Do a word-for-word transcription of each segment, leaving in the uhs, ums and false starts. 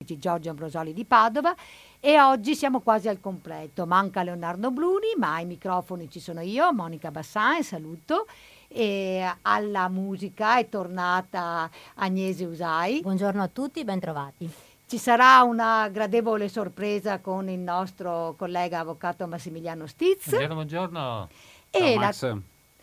Giorgio Ambrosoli di Padova, e oggi siamo quasi al completo. Manca Leonardo Bruni, ma ai microfoni ci sono io, Monica Bassan, saluto, e alla musica è tornata Agnese Usai. Buongiorno a tutti, bentrovati. Ci sarà una gradevole sorpresa con il nostro collega avvocato Massimiliano Stiz. Buongiorno, buongiorno. E Ciao, la, Max.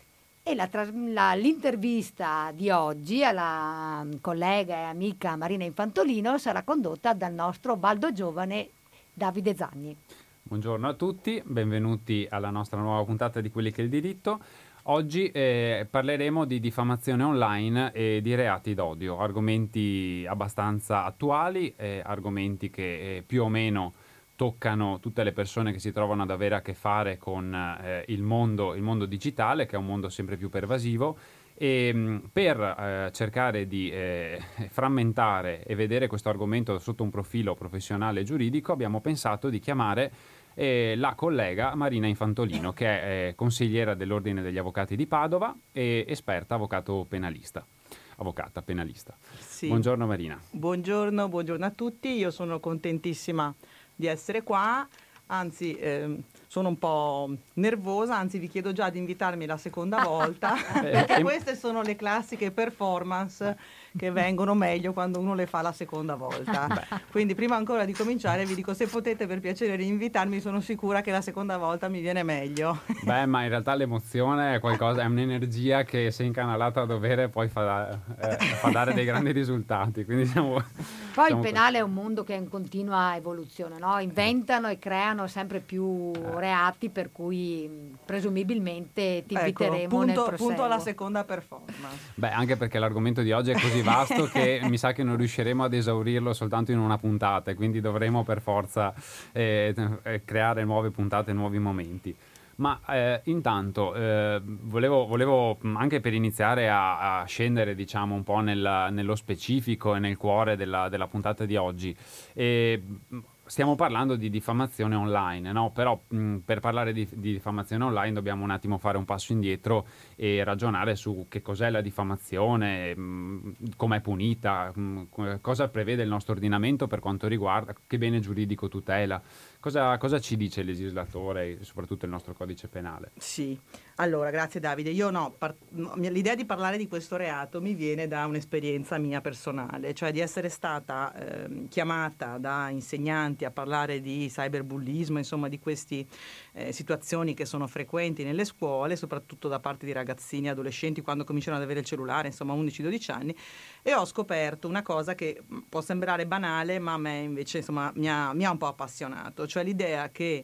e la, la, l'intervista di oggi alla collega e amica Marina Infantolino sarà condotta dal nostro baldo giovane Davide Zagni. Buongiorno a tutti, benvenuti alla nostra nuova puntata di Quelli che è il diritto. Oggi eh, parleremo di diffamazione online e di reati d'odio, argomenti abbastanza attuali, eh, argomenti che eh, più o meno toccano tutte le persone che si trovano ad avere a che fare con eh, il mondo, il mondo digitale, che è un mondo sempre più pervasivo. E mh, per eh, cercare di eh, frammentare e vedere questo argomento sotto un profilo professionale e giuridico, abbiamo pensato di chiamare eh, la collega Marina Infantolino, che è eh, consigliera dell'Ordine degli Avvocati di Padova e esperta avvocato penalista. Avvocata penalista. Sì. Buongiorno Marina. Buongiorno, buongiorno a tutti. Io sono contentissima di essere qua, anzi eh, sono un po' nervosa, anzi vi chiedo già di invitarmi la seconda volta, perché queste sono le classiche performance che vengono meglio quando uno le fa la seconda volta. Beh. Quindi prima ancora di cominciare vi dico, se potete per piacere rinvitarmi, sono sicura che la seconda volta mi viene meglio. Beh, ma in realtà l'emozione è qualcosa, è un'energia che se incanalata a dovere poi fa, eh, fa dare dei grandi risultati. Quindi siamo, poi siamo il penale è un mondo che è in continua evoluzione, no? Inventano e creano sempre più reati, per cui presumibilmente ti inviteremo ecco, punto, nel proseguo. Punto alla seconda performance. Beh, anche perché l'argomento di oggi è così vasto che mi sa che non riusciremo ad esaurirlo soltanto in una puntata, e quindi dovremo per forza eh, creare nuove puntate, nuovi momenti. Ma eh, intanto eh, volevo, volevo anche per iniziare a, a scendere, diciamo, un po' nel, nello specifico e nel cuore della, della puntata di oggi. E, stiamo parlando di diffamazione online, no? Però mh, per parlare di, di diffamazione online dobbiamo un attimo fare un passo indietro e ragionare su che cos'è la diffamazione, com'è punita, mh, cosa prevede il nostro ordinamento per quanto riguarda, che bene giuridico tutela. Cosa, cosa ci dice il legislatore e soprattutto il nostro codice penale? Sì, allora grazie Davide. Io no, par- l'idea di parlare di questo reato mi viene da un'esperienza mia personale, cioè di essere stata eh, chiamata da insegnanti a parlare di cyberbullismo, insomma di queste eh, situazioni che sono frequenti nelle scuole, soprattutto da parte di ragazzini e adolescenti quando cominciano ad avere il cellulare, insomma undici dodici anni, e ho scoperto una cosa che può sembrare banale, ma a me invece insomma mi ha, mi ha un po' appassionato, cioè l'idea che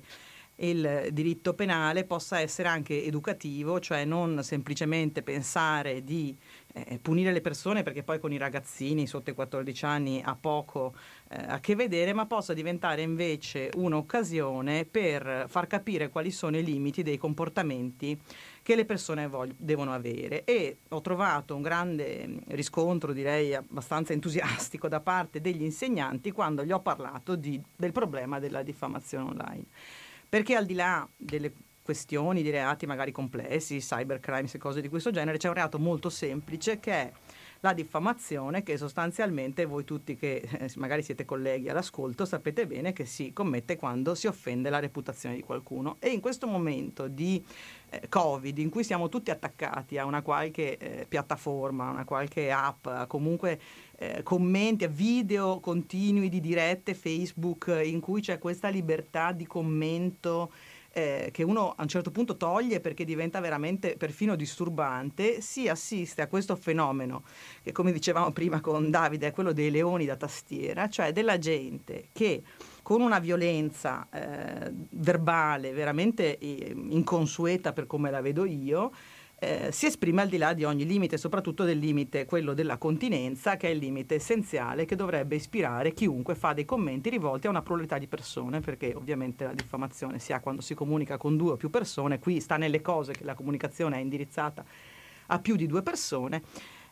il diritto penale possa essere anche educativo, cioè non semplicemente pensare di eh, punire le persone, perché poi con i ragazzini sotto i quattordici anni ha poco eh, a che vedere, ma possa diventare invece un'occasione per far capire quali sono i limiti dei comportamenti che le persone vog- devono avere. E ho trovato un grande riscontro, direi abbastanza entusiastico, da parte degli insegnanti quando gli ho parlato di, del problema della diffamazione online. Perché al di là delle questioni di reati magari complessi, cybercrimes e cose di questo genere, c'è un reato molto semplice che è la diffamazione, che sostanzialmente voi tutti che eh, magari siete colleghi all'ascolto sapete bene che si commette quando si offende la reputazione di qualcuno. E in questo momento di eh, Covid, in cui siamo tutti attaccati a una qualche eh, piattaforma, a una qualche app, a comunque eh, commenti, a video continui di dirette Facebook, in cui c'è questa libertà di commento Eh, che uno a un certo punto toglie perché diventa veramente perfino disturbante, si assiste a questo fenomeno che, come dicevamo prima con Davide, è quello dei leoni da tastiera, cioè della gente che con una violenza eh, verbale veramente eh, inconsueta per come la vedo io, Eh, si esprime al di là di ogni limite, soprattutto del limite, quello della continenza, che è il limite essenziale che dovrebbe ispirare chiunque fa dei commenti rivolti a una pluralità di persone, perché ovviamente la diffamazione si ha quando si comunica con due o più persone. Qui sta nelle cose che la comunicazione è indirizzata a più di due persone,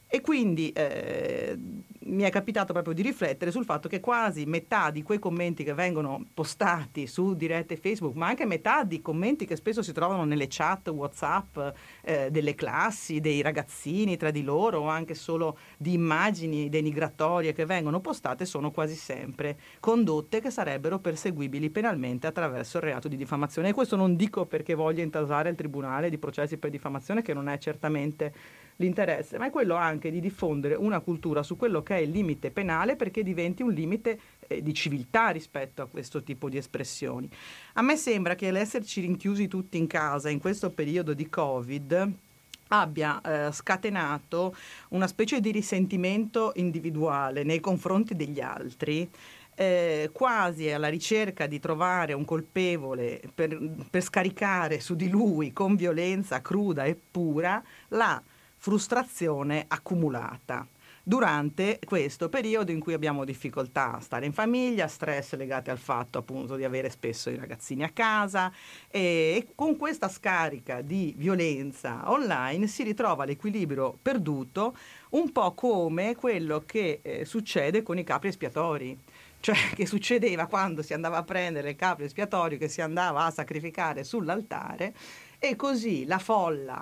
E quindi eh, mi è capitato proprio di riflettere sul fatto che quasi metà di quei commenti che vengono postati su dirette Facebook, ma anche metà di commenti che spesso si trovano nelle chat WhatsApp eh, delle classi, dei ragazzini tra di loro, o anche solo di immagini denigratorie che vengono postate, sono quasi sempre condotte che sarebbero perseguibili penalmente attraverso il reato di diffamazione. E questo non dico perché voglio intasare il tribunale di processi per diffamazione, che non è certamente l'interesse, ma è quello anche di diffondere una cultura su quello che è il limite penale, perché diventi un limite eh, di civiltà rispetto a questo tipo di espressioni. A me sembra che l'esserci rinchiusi tutti in casa in questo periodo di Covid abbia eh, scatenato una specie di risentimento individuale nei confronti degli altri, Eh, quasi alla ricerca di trovare un colpevole per, per scaricare su di lui con violenza cruda e pura la frustrazione accumulata durante questo periodo in cui abbiamo difficoltà a stare in famiglia, stress legati al fatto appunto di avere spesso i ragazzini a casa, e con questa scarica di violenza online si ritrova l'equilibrio perduto, un po' come quello che eh, succede con i capri espiatori. Cioè, che succedeva quando si andava a prendere il capro espiatorio, che si andava a sacrificare sull'altare, e così la folla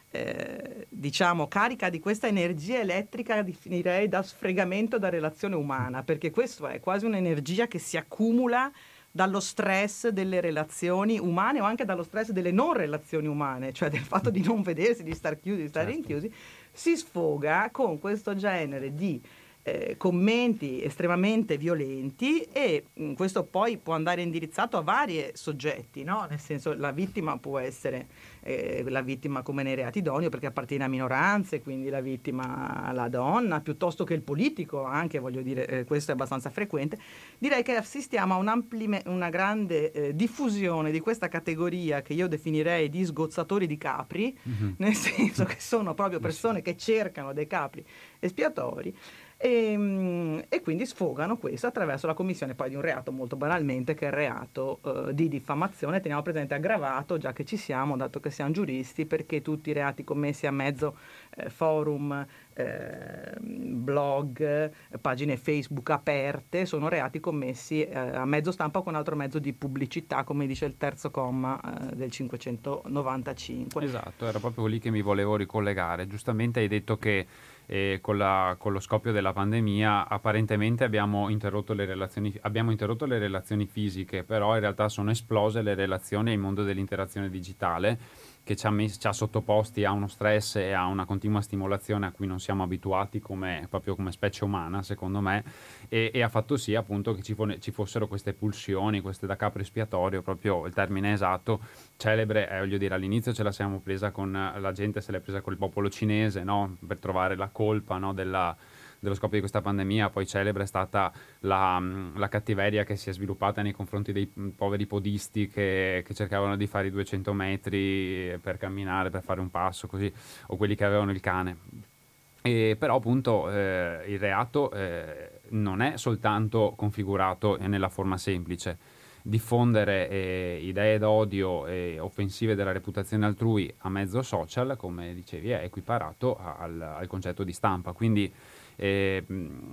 Eh, diciamo carica di questa energia elettrica, definirei da sfregamento da relazione umana, perché questo è quasi un'energia che si accumula dallo stress delle relazioni umane o anche dallo stress delle non relazioni umane, cioè del fatto di non vedersi, di star chiusi, di stare certo. rinchiusi, si sfoga con questo genere di Eh, commenti estremamente violenti, e mh, questo poi può andare indirizzato a vari soggetti, no? Nel senso, la vittima può essere eh, la vittima come nei reati d'odio perché appartiene a minoranze, quindi la vittima la donna, piuttosto che il politico, anche, voglio dire, eh, questo è abbastanza frequente. Direi che assistiamo a un amplime, una grande eh, diffusione di questa categoria che io definirei di sgozzatori di capri, mm-hmm. nel senso che sono proprio persone che cercano dei capri espiatori. E, e quindi sfogano questo attraverso la commissione poi di un reato molto banalmente, che è il reato eh, di diffamazione. Teniamo presente aggravato, già che ci siamo, dato che siamo giuristi, perché tutti i reati commessi a mezzo eh, forum, eh, blog, eh, pagine Facebook aperte sono reati commessi eh, a mezzo stampa o con altro mezzo di pubblicità, come dice il terzo comma eh, del cinquecentonovantacinque. Esatto, era proprio lì che mi volevo ricollegare. Giustamente hai detto che E con, la, con lo scoppio della pandemia apparentemente abbiamo interrotto le relazioni abbiamo interrotto le relazioni fisiche, però in realtà sono esplose le relazioni nel mondo dell'interazione digitale, che ci ha, messo, ci ha sottoposti a uno stress e a una continua stimolazione a cui non siamo abituati come, proprio come specie umana, secondo me, e, e ha fatto sì appunto che ci, fone, ci fossero queste pulsioni, queste da capro espiatorio, proprio il termine esatto, celebre, eh, voglio dire, all'inizio ce la siamo presa con la gente, se l'è presa col popolo cinese, no? Per trovare la colpa, no? della dello scoppio di questa pandemia. Poi celebre è stata la, la cattiveria che si è sviluppata nei confronti dei poveri podisti che, che cercavano di fare i duecento metri per camminare, per fare un passo così, o quelli che avevano il cane. E però appunto eh, il reato eh, non è soltanto configurato nella forma semplice. Diffondere eh, idee d'odio e offensive della reputazione altrui a mezzo social, come dicevi, è equiparato al, al concetto di stampa. Quindi Eh,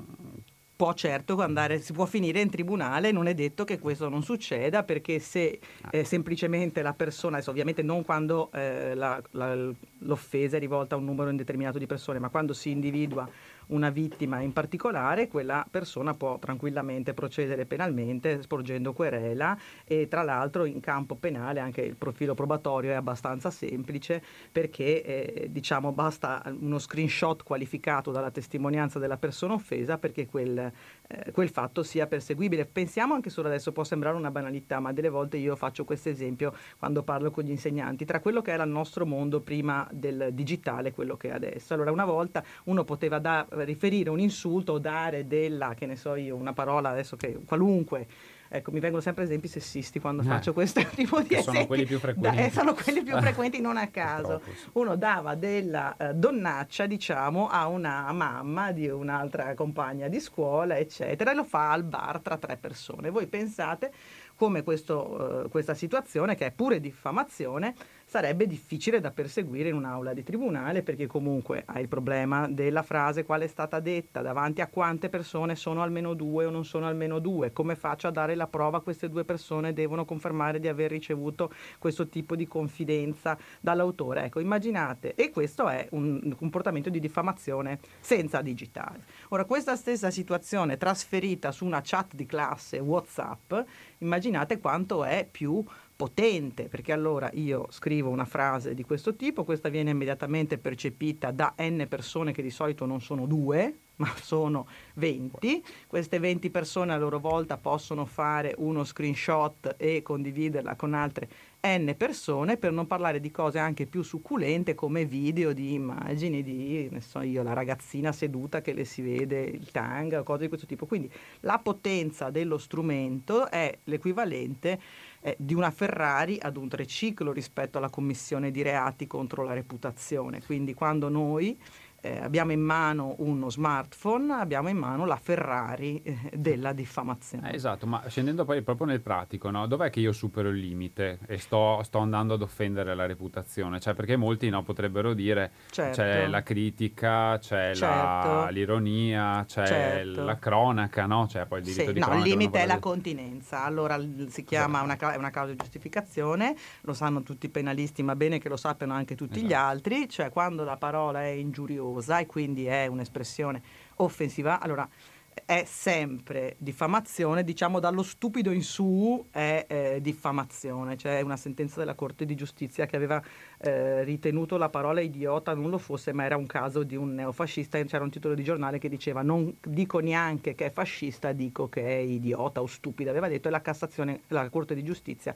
può certo andare, si può finire in tribunale, non è detto che questo non succeda, perché se eh, semplicemente la persona, adesso ovviamente non quando eh, la, la, l'offesa è rivolta a un numero indeterminato di persone, ma quando si individua una vittima in particolare, quella persona può tranquillamente procedere penalmente sporgendo querela, e tra l'altro in campo penale anche il profilo probatorio è abbastanza semplice, perché eh, diciamo basta uno screenshot qualificato dalla testimonianza della persona offesa perché quel, eh, quel fatto sia perseguibile. Pensiamo anche solo, adesso può sembrare una banalità, ma delle volte io faccio questo esempio quando parlo con gli insegnanti, tra quello che era il nostro mondo prima del digitale e quello che è adesso. Allora, una volta uno poteva da riferire un insulto o dare della, che ne so io, una parola adesso che qualunque, ecco, mi vengono sempre esempi sessisti quando eh, faccio questo tipo di esempi. Sono quelli più frequenti. Da, eh, sono quelli più frequenti non a caso. Uno dava della eh, donnaccia, diciamo, a una mamma di un'altra compagna di scuola, eccetera, e lo fa al bar tra tre persone. Voi pensate come questo, eh, questa situazione, che è pure diffamazione, sarebbe difficile da perseguire in un'aula di tribunale, perché comunque hai il problema della frase quale è stata detta, davanti a quante persone sono almeno due o non sono almeno due, come faccio a dare la prova, queste due persone devono confermare di aver ricevuto questo tipo di confidenza dall'autore. Ecco, immaginate, e questo è un comportamento di diffamazione senza digitale. Ora, questa stessa situazione trasferita su una chat di classe WhatsApp, immaginate quanto è più potente, perché allora io scrivo una frase di questo tipo, questa viene immediatamente percepita da n persone che di solito non sono due, ma sono venti. Queste venti persone a loro volta possono fare uno screenshot e condividerla con altre n persone, per non parlare di cose anche più succulente come video di immagini di, ne so io, la ragazzina seduta che le si vede il tanga o cose di questo tipo. Quindi la potenza dello strumento è l'equivalente eh, di una Ferrari ad un triciclo rispetto alla commissione di reati contro la reputazione. Quindi quando noi Eh, abbiamo in mano uno smartphone, abbiamo in mano la Ferrari eh, della diffamazione. Eh, esatto, ma scendendo poi proprio nel pratico, no? Dov'è che io supero il limite e sto, sto andando ad offendere la reputazione? Cioè, perché molti, no, potrebbero dire Certo. c'è la critica, c'è Certo. la, l'ironia, c'è Certo. la cronaca, no? Cioè, poi il diritto Sì, di no, cronaca. il limite è la dire... continenza. Allora l- si chiama una, ca- una causa di giustificazione, lo sanno tutti i penalisti, ma bene che lo sappiano anche tutti Esatto. gli altri, cioè quando la parola è ingiuriosa e quindi è un'espressione offensiva, allora è sempre diffamazione, diciamo dallo stupido in su è eh, diffamazione. C'è una sentenza della Corte di Giustizia che aveva eh, ritenuto la parola idiota non lo fosse, ma era un caso di un neofascista, e c'era un titolo di giornale che diceva non dico neanche che è fascista, dico che è idiota o stupida, aveva detto, e la Cassazione, la Corte di Giustizia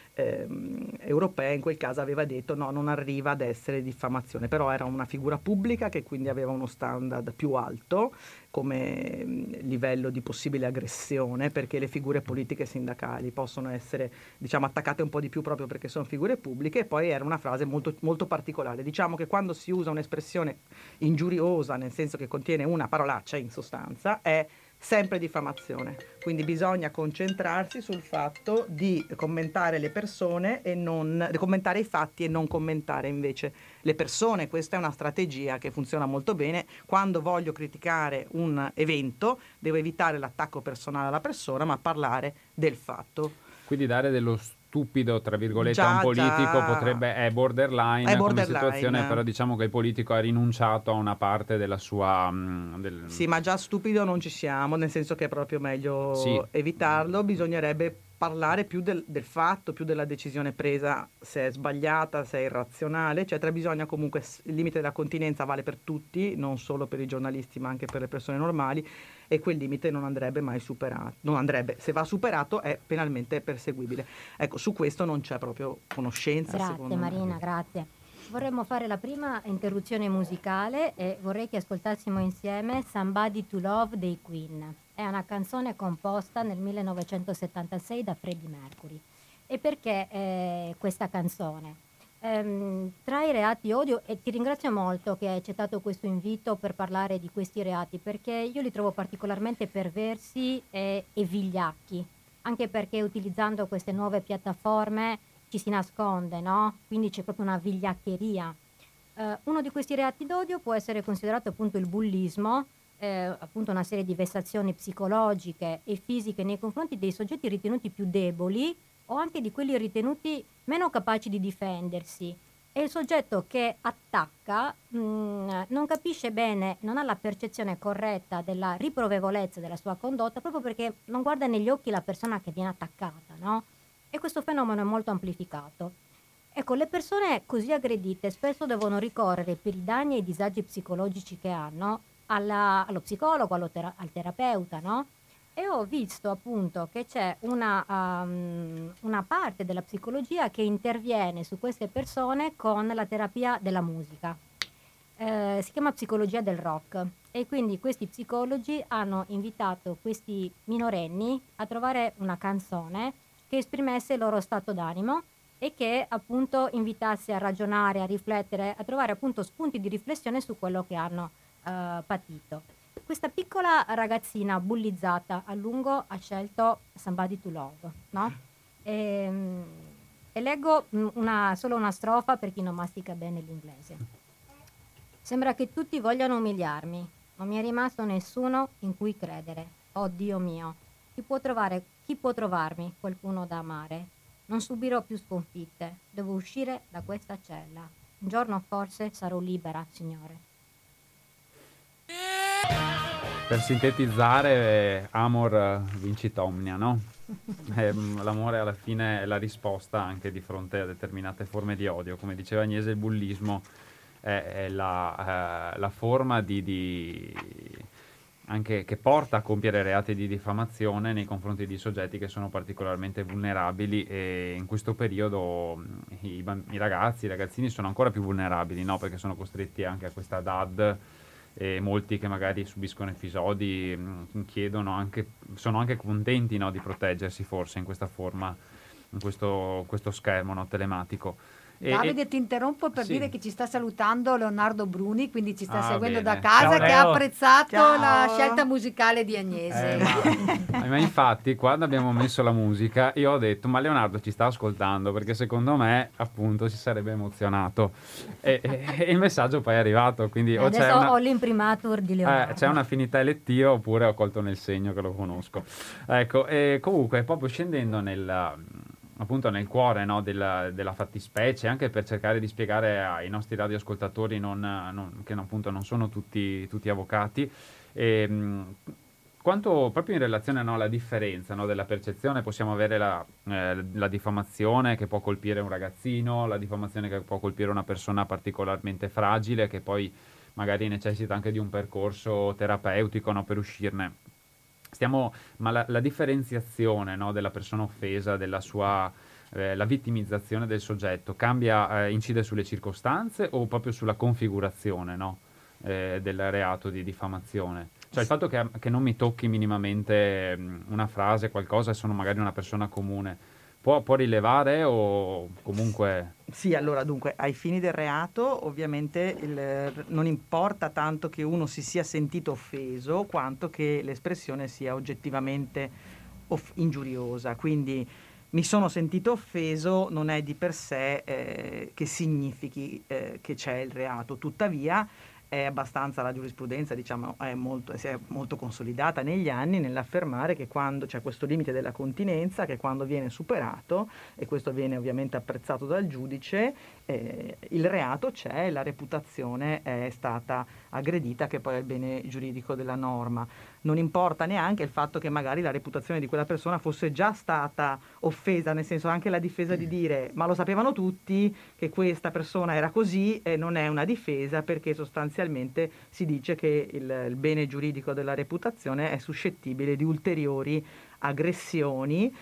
Ehm, europea in quel caso aveva detto no, non arriva ad essere diffamazione, però era una figura pubblica che quindi aveva uno standard più alto come mh, livello di possibile aggressione, perché le figure politiche e sindacali possono essere, diciamo, attaccate un po' di più proprio perché sono figure pubbliche. E poi era una frase molto, molto particolare, diciamo che quando si usa un'espressione ingiuriosa, nel senso che contiene una parolaccia in sostanza, è sempre diffamazione, quindi bisogna concentrarsi sul fatto di commentare le persone e non di commentare i fatti e non commentare invece le persone. Questa è una strategia che funziona molto bene. Quando voglio criticare un evento devo evitare l'attacco personale alla persona, ma parlare del fatto. Quindi dare dello stupido, tra virgolette, Già, a un politico già. potrebbe, è borderline, È come borderline. situazione, però diciamo che il politico ha rinunciato a una parte della sua... mh, del... Sì, ma già stupido non ci siamo, nel senso che è proprio meglio Sì. evitarlo. Bisognerebbe parlare più del, del fatto, più della decisione presa, se è sbagliata, se è irrazionale, eccetera. Bisogna comunque, il limite della continenza vale per tutti, non solo per i giornalisti ma anche per le persone normali, e quel limite non andrebbe mai superato. Non andrebbe, se va superato è penalmente perseguibile. Ecco, su questo non c'è proprio conoscenza. Grazie secondo Marina, me. grazie. Vorremmo fare la prima interruzione musicale e vorrei che ascoltassimo insieme Somebody to Love dei Queen. È una canzone composta nel millenovecentosettantasei da Freddie Mercury. E perché eh, questa canzone? Ehm, tra i reati odio, e ti ringrazio molto che hai accettato questo invito per parlare di questi reati, perché io li trovo particolarmente perversi e, e vigliacchi, anche perché utilizzando queste nuove piattaforme ci si nasconde, no? Quindi c'è proprio una vigliaccheria. Eh, uno di questi reati d'odio può essere considerato appunto il bullismo, eh, appunto una serie di vessazioni psicologiche e fisiche nei confronti dei soggetti ritenuti più deboli o anche di quelli ritenuti meno capaci di difendersi. E il soggetto che attacca mh, non capisce bene, non ha la percezione corretta della riprovevolezza della sua condotta, proprio perché non guarda negli occhi la persona che viene attaccata, no? E questo fenomeno è molto amplificato. Ecco, le persone così aggredite spesso devono ricorrere per i danni e i disagi psicologici che hanno alla, allo psicologo, allo tera- al terapeuta, no? E ho visto appunto che c'è una, um, una parte della psicologia che interviene su queste persone con la terapia della musica. Eh, si chiama psicologia del rock, e quindi questi psicologi hanno invitato questi minorenni a trovare una canzone che esprimesse il loro stato d'animo e che appunto invitasse a ragionare, a riflettere, a trovare appunto spunti di riflessione su quello che hanno uh, patito. Questa piccola ragazzina bullizzata a lungo ha scelto Somebody to Love, no? E, e leggo una, solo una strofa per chi non mastica bene l'inglese. Sembra che tutti vogliano umiliarmi, non mi è rimasto nessuno in cui credere. Oh Dio mio, chi può trovare, chi può trovarmi qualcuno da amare? Non subirò più sconfitte, devo uscire da questa cella. Un giorno forse sarò libera, Signore. Per sintetizzare, amor vincit omnia, no? Eh, l'amore alla fine è la risposta anche di fronte a determinate forme di odio. Come diceva Agnese, il bullismo è, è la, eh, la forma di, di anche che porta a compiere reati di diffamazione nei confronti di soggetti che sono particolarmente vulnerabili, e in questo periodo i, i ragazzi, i ragazzini sono ancora più vulnerabili, no? Perché sono costretti anche a questa D A D, e molti che magari subiscono episodi mh, chiedono anche, sono anche contenti, no, di proteggersi forse in questa forma, in questo, questo schermo, no, telematico. E, Davide, e, ti interrompo per sì. dire che ci sta salutando Leonardo Bruni, quindi ci sta Ah, seguendo bene. da casa, Ciao, che ha Leo. apprezzato Ciao. la scelta musicale di Agnese. Eh, ma, ma infatti quando abbiamo messo la musica io ho detto ma Leonardo ci sta ascoltando, perché secondo me appunto si sarebbe emozionato, e, e, e il messaggio poi è arrivato, quindi o Adesso c'è una, ho l'imprimatur di Leonardo. eh, c'è un'affinità elettiva oppure ho colto nel segno che lo conosco. Ecco, e comunque proprio scendendo nel, appunto nel cuore, no, della, della fattispecie, anche per cercare di spiegare ai nostri radioascoltatori non, non, che appunto non sono tutti, tutti avvocati, e, mh, quanto proprio in relazione, no, alla differenza, no, della percezione possiamo avere la, eh, la diffamazione che può colpire un ragazzino, la diffamazione che può colpire una persona particolarmente fragile che poi magari necessita anche di un percorso terapeutico, no, per uscirne. Stiamo, ma la, la differenziazione, no, della persona offesa, della sua, eh, la vittimizzazione del soggetto, cambia, eh, incide sulle circostanze o proprio sulla configurazione, no, eh, del reato di diffamazione? Cioè il fatto che, che non mi tocchi minimamente mh, una frase, qualcosa, e sono magari una persona comune, può, può rilevare o comunque... Sì, allora dunque, ai fini del reato ovviamente il, non importa tanto che uno si sia sentito offeso quanto che l'espressione sia oggettivamente off- ingiuriosa. Quindi mi sono sentito offeso non è di per sé eh, che significhi eh, che c'è il reato. Tuttavia è abbastanza, la giurisprudenza diciamo è molto, si è molto consolidata negli anni nell'affermare che quando c'è questo limite della continenza, che quando viene superato, e questo viene ovviamente apprezzato dal giudice, eh, il reato c'è, la reputazione è stata aggredita, che poi è il bene giuridico della norma. Non importa neanche il fatto che magari la reputazione di quella persona fosse già stata offesa, nel senso anche la difesa di dire ma lo sapevano tutti che questa persona era così, e non è una difesa, perché sostanzialmente si dice che il, il bene giuridico della reputazione è suscettibile di ulteriori aggressioni.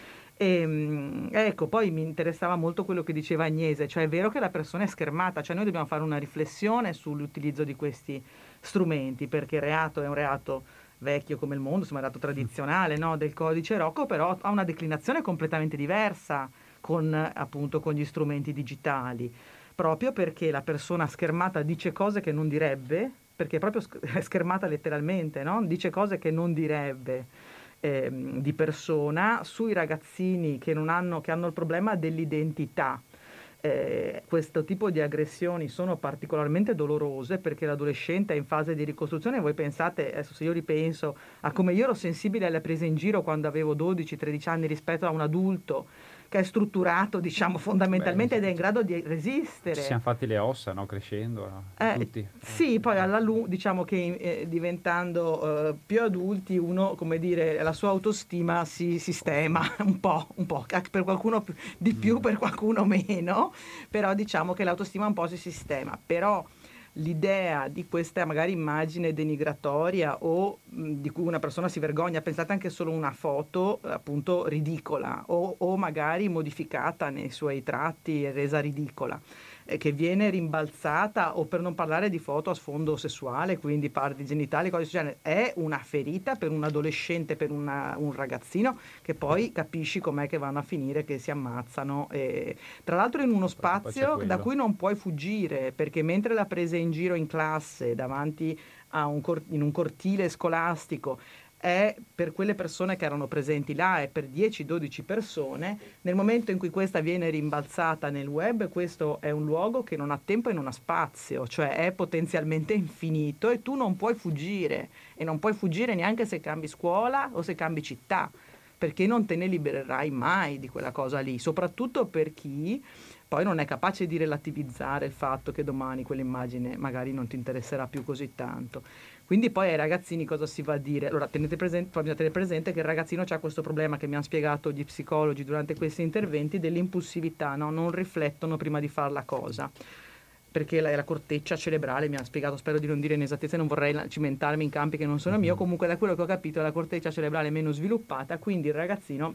E, ecco, poi mi interessava molto quello che diceva Agnese, cioè è vero che la persona è schermata, cioè noi dobbiamo fare una riflessione sull'utilizzo di questi strumenti, perché il reato è un reato vecchio come il mondo, insomma, il reato tradizionale, no, del codice Rocco, però ha una declinazione completamente diversa con appunto con gli strumenti digitali, proprio perché la persona schermata dice cose che non direbbe, perché è proprio è schermata letteralmente, no? Dice cose che non direbbe eh, di persona sui ragazzini che non hanno, che hanno il problema dell'identità. Eh, questo tipo di aggressioni sono particolarmente dolorose perché l'adolescente è in fase di ricostruzione. Voi pensate, adesso se io ripenso a come io ero sensibile alle prese in giro quando avevo dodici tredici anni rispetto a un adulto che è strutturato, diciamo, fondamentalmente ed è in grado di resistere. Ci siamo fatti le ossa, no? Crescendo, no? Eh, Tutti. sì, poi alla lunga, diciamo che eh, diventando eh, più adulti, uno, come dire, la sua autostima si sistema un po', un po', per qualcuno più, di più, per qualcuno meno, però diciamo che l'autostima un po' si sistema. Però l'idea di questa magari immagine denigratoria o mh, di cui una persona si vergogna, pensate anche solo una foto appunto ridicola o, o magari modificata nei suoi tratti e resa ridicola, eh, che viene rimbalzata, o per non parlare di foto a sfondo sessuale, quindi parti genitali, cose del genere, è una ferita per un adolescente, per una, un ragazzino, che poi capisci com'è che vanno a finire, che si ammazzano, e, tra l'altro in uno spazio da cui non puoi fuggire, perché mentre la presa in giro in classe davanti a un cor- in un cortile scolastico è per quelle persone che erano presenti là, è per dieci dodici persone. Nel momento in cui questa viene rimbalzata nel web, questo è un luogo che non ha tempo e non ha spazio, cioè è potenzialmente infinito e tu non puoi fuggire, e non puoi fuggire neanche se cambi scuola o se cambi città, perché non te ne libererai mai di quella cosa lì, soprattutto per chi poi non è capace di relativizzare il fatto che domani quell'immagine magari non ti interesserà più così tanto. Quindi poi ai ragazzini cosa si va a dire? Allora tenete presente, bisogna tenere presente che il ragazzino ha questo problema che mi hanno spiegato gli psicologi durante questi interventi, dell'impulsività, no? Non riflettono prima di fare la cosa, perché la, la corteccia cerebrale, mi ha spiegato, spero di non dire inesattezze, non vorrei cimentarmi in campi che non sono mio, comunque da quello che ho capito la corteccia cerebrale è meno sviluppata, quindi il ragazzino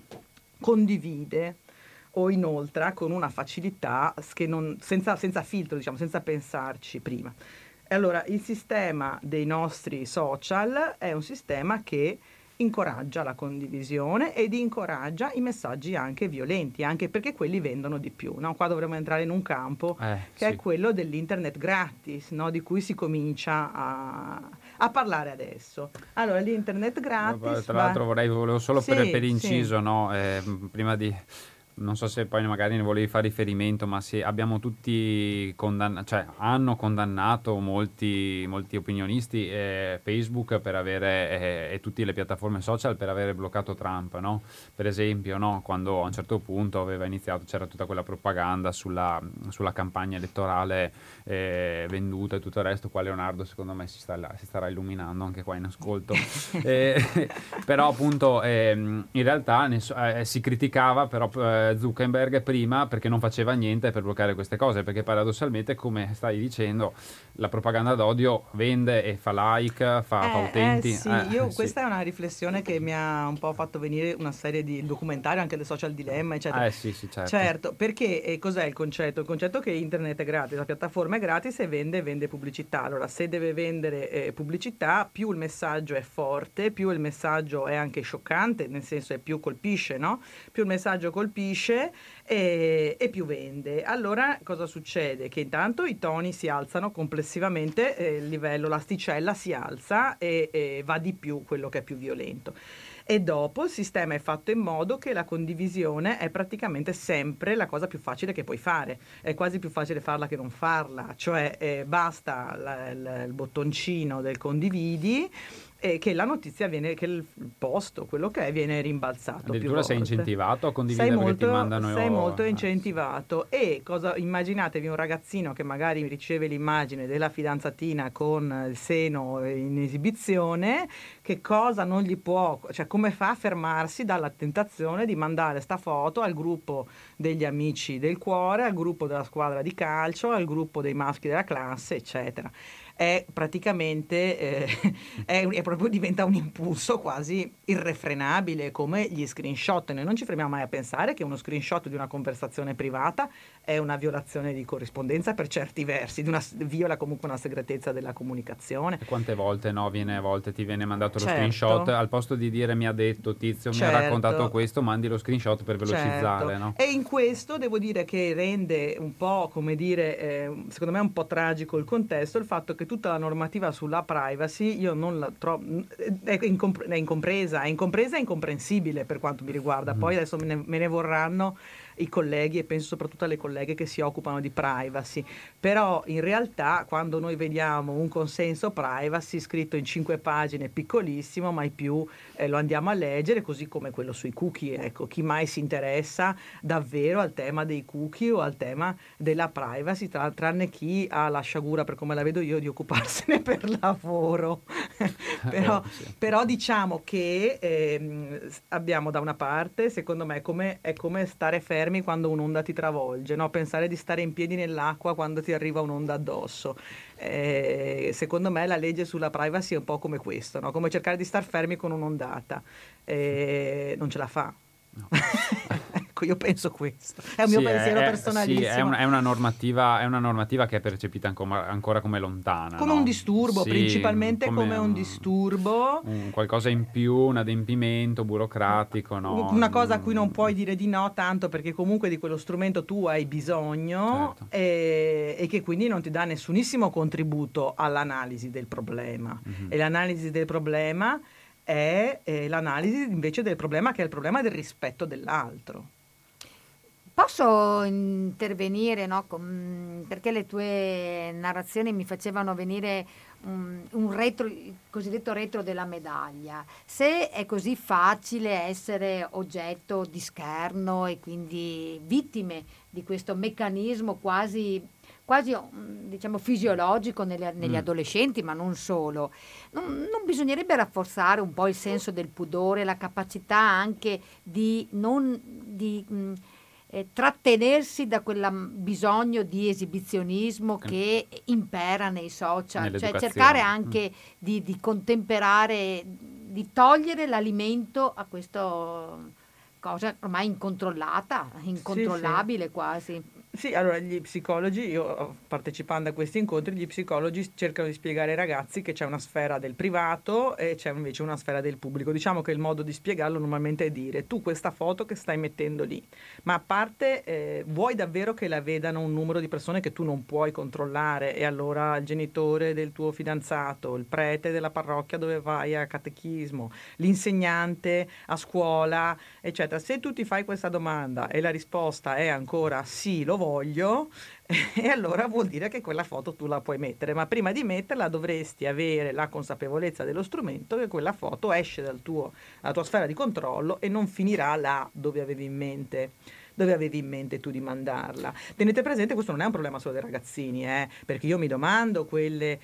condivide o inoltra con una facilità che non, senza, senza filtro, diciamo, senza pensarci prima. E allora il sistema dei nostri social è un sistema che incoraggia la condivisione ed incoraggia i messaggi anche violenti, anche perché quelli vendono di più, no? Qua dovremmo entrare in un campo eh, che sì. è quello dell'internet gratis, no? Di cui si comincia a, a parlare adesso. Allora l'internet gratis, tra l'altro vorrei, volevo solo sì, per, per inciso, sì. no? eh, prima di non so se poi magari ne volevi fare riferimento, ma sì, abbiamo tutti condannato, cioè hanno condannato molti, molti opinionisti eh, Facebook per avere eh, e tutte le piattaforme social per avere bloccato Trump, no? Per esempio, no? Quando a un certo punto aveva iniziato, c'era tutta quella propaganda sulla, sulla campagna elettorale eh, venduta e tutto il resto. Qua Leonardo secondo me si, sta, si starà illuminando anche qua in ascolto. eh, però appunto eh, in realtà ne, eh, si criticava però eh, Zuckerberg prima perché non faceva niente per bloccare queste cose, perché paradossalmente, come stai dicendo, la propaganda d'odio vende e fa like, fa, eh, fa utenti. Eh sì, eh, io, sì. Questa è una riflessione che mi ha un po' fatto venire una serie di documentari, anche del Social Dilemma, eccetera. Eh sì, sì, certo. Certo, perché eh, cos'è il concetto? Il concetto è che internet è gratis, la piattaforma è gratis e vende, vende pubblicità. Allora, se deve vendere eh, pubblicità, più il messaggio è forte, più il messaggio è anche scioccante, nel senso è più colpisce, no? Più il messaggio colpisce e, e più vende. Allora cosa succede? Che intanto i toni si alzano complessivamente, eh, il livello, l'asticella si alza e, e va di più quello che è più violento. E dopo il sistema è fatto in modo che la condivisione è praticamente sempre la cosa più facile che puoi fare, è quasi più facile farla che non farla, cioè eh, basta la, la, il bottoncino del condividi e che la notizia viene, che il posto, quello che è, viene rimbalzato. Addirittura sei incentivato a condividere, sei perché molto, ti mandano... sei molto incentivato. E cosa, immaginatevi un ragazzino che magari riceve l'immagine della fidanzatina con il seno in esibizione, che cosa non gli può, cioè come fa a fermarsi dalla tentazione di mandare sta foto al gruppo degli amici del cuore, al gruppo della squadra di calcio, al gruppo dei maschi della classe, eccetera. È praticamente eh, è, è proprio diventa un impulso quasi irrefrenabile, come gli screenshot. Noi non ci fermiamo mai a pensare che uno screenshot di una conversazione privata è una violazione di corrispondenza per certi versi, di una, viola comunque una segretezza della comunicazione. E quante volte no, viene a volte ti viene mandato lo certo. screenshot, al posto di dire mi ha detto Tizio, certo. mi ha raccontato questo, mandi lo screenshot per velocizzare, certo. no? E in questo devo dire che rende un po', come dire, eh, secondo me è un po' tragico il contesto, il fatto che tutta la normativa sulla privacy io non la trovo, è, incompre- è incompresa, è incompresa e incomprensibile per quanto mi riguarda. Mm. Poi adesso me ne, me ne vorranno i colleghi, e penso soprattutto alle colleghe che si occupano di privacy, però in realtà quando noi vediamo un consenso privacy scritto in cinque pagine, piccolissimo, mai più eh, lo andiamo a leggere, così come quello sui cookie. Ecco, chi mai si interessa davvero al tema dei cookie o al tema della privacy, tra, tranne chi ha la sciagura, per come la vedo io, di occuparsene per lavoro. però, oh, sì. però diciamo che ehm, abbiamo da una parte, secondo me, come, è come stare fermi quando un'onda ti travolge, no? Pensare di stare in piedi nell'acqua quando ti arriva un'onda addosso. Eh, secondo me la legge sulla privacy è un po' come questo, no? Come cercare di star fermi con un'ondata. Eh, non ce la fa. No. Ecco, io penso questo. È un sì, mio pensiero è, personalissimo. Sì, è, un, è, una normativa, è una normativa che è percepita ancora, ancora come lontana. Come no? un disturbo, sì, principalmente come, come un, un disturbo. Un qualcosa in più, un adempimento burocratico. No? Una cosa a cui non puoi dire di no tanto, perché comunque di quello strumento tu hai bisogno, certo. e, e che quindi non ti dà nessunissimo contributo all'analisi del problema. Mm-hmm. E l'analisi del problema è eh, l'analisi invece del problema, che è il problema del rispetto dell'altro. Posso intervenire, no? Com- perché le tue narrazioni mi facevano venire un, un retro, il cosiddetto retro della medaglia. Se è così facile essere oggetto di scherno e quindi vittime di questo meccanismo quasi, quasi mm, diciamo fisiologico nelle- negli Mm. adolescenti, ma non solo, non, non bisognerebbe rafforzare un po' il senso del pudore, la capacità anche di non di, mh, eh, trattenersi da quel bisogno di esibizionismo che impera nei social, cioè Nell'educazione. cercare anche di, di contemperare, di togliere l'alimento a questa cosa ormai incontrollata, incontrollabile quasi. Sì, allora gli psicologi, io partecipando a questi incontri, gli psicologi cercano di spiegare ai ragazzi che c'è una sfera del privato e c'è invece una sfera del pubblico. Diciamo che il modo di spiegarlo normalmente è dire: tu questa foto che stai mettendo lì, ma a parte eh, vuoi davvero che la vedano un numero di persone che tu non puoi controllare, e allora il genitore del tuo fidanzato, il prete della parrocchia dove vai a catechismo, l'insegnante a scuola, eccetera. Se tu ti fai questa domanda e la risposta è ancora sì, lo voglio, e allora vuol dire che quella foto tu la puoi mettere, ma prima di metterla dovresti avere la consapevolezza dello strumento che quella foto esce dal tuo, dalla tua sfera di controllo e non finirà là dove avevi in mente. Dove avevi in mente tu di mandarla. Tenete presente, questo non è un problema solo dei ragazzini, eh, perché io mi domando quelle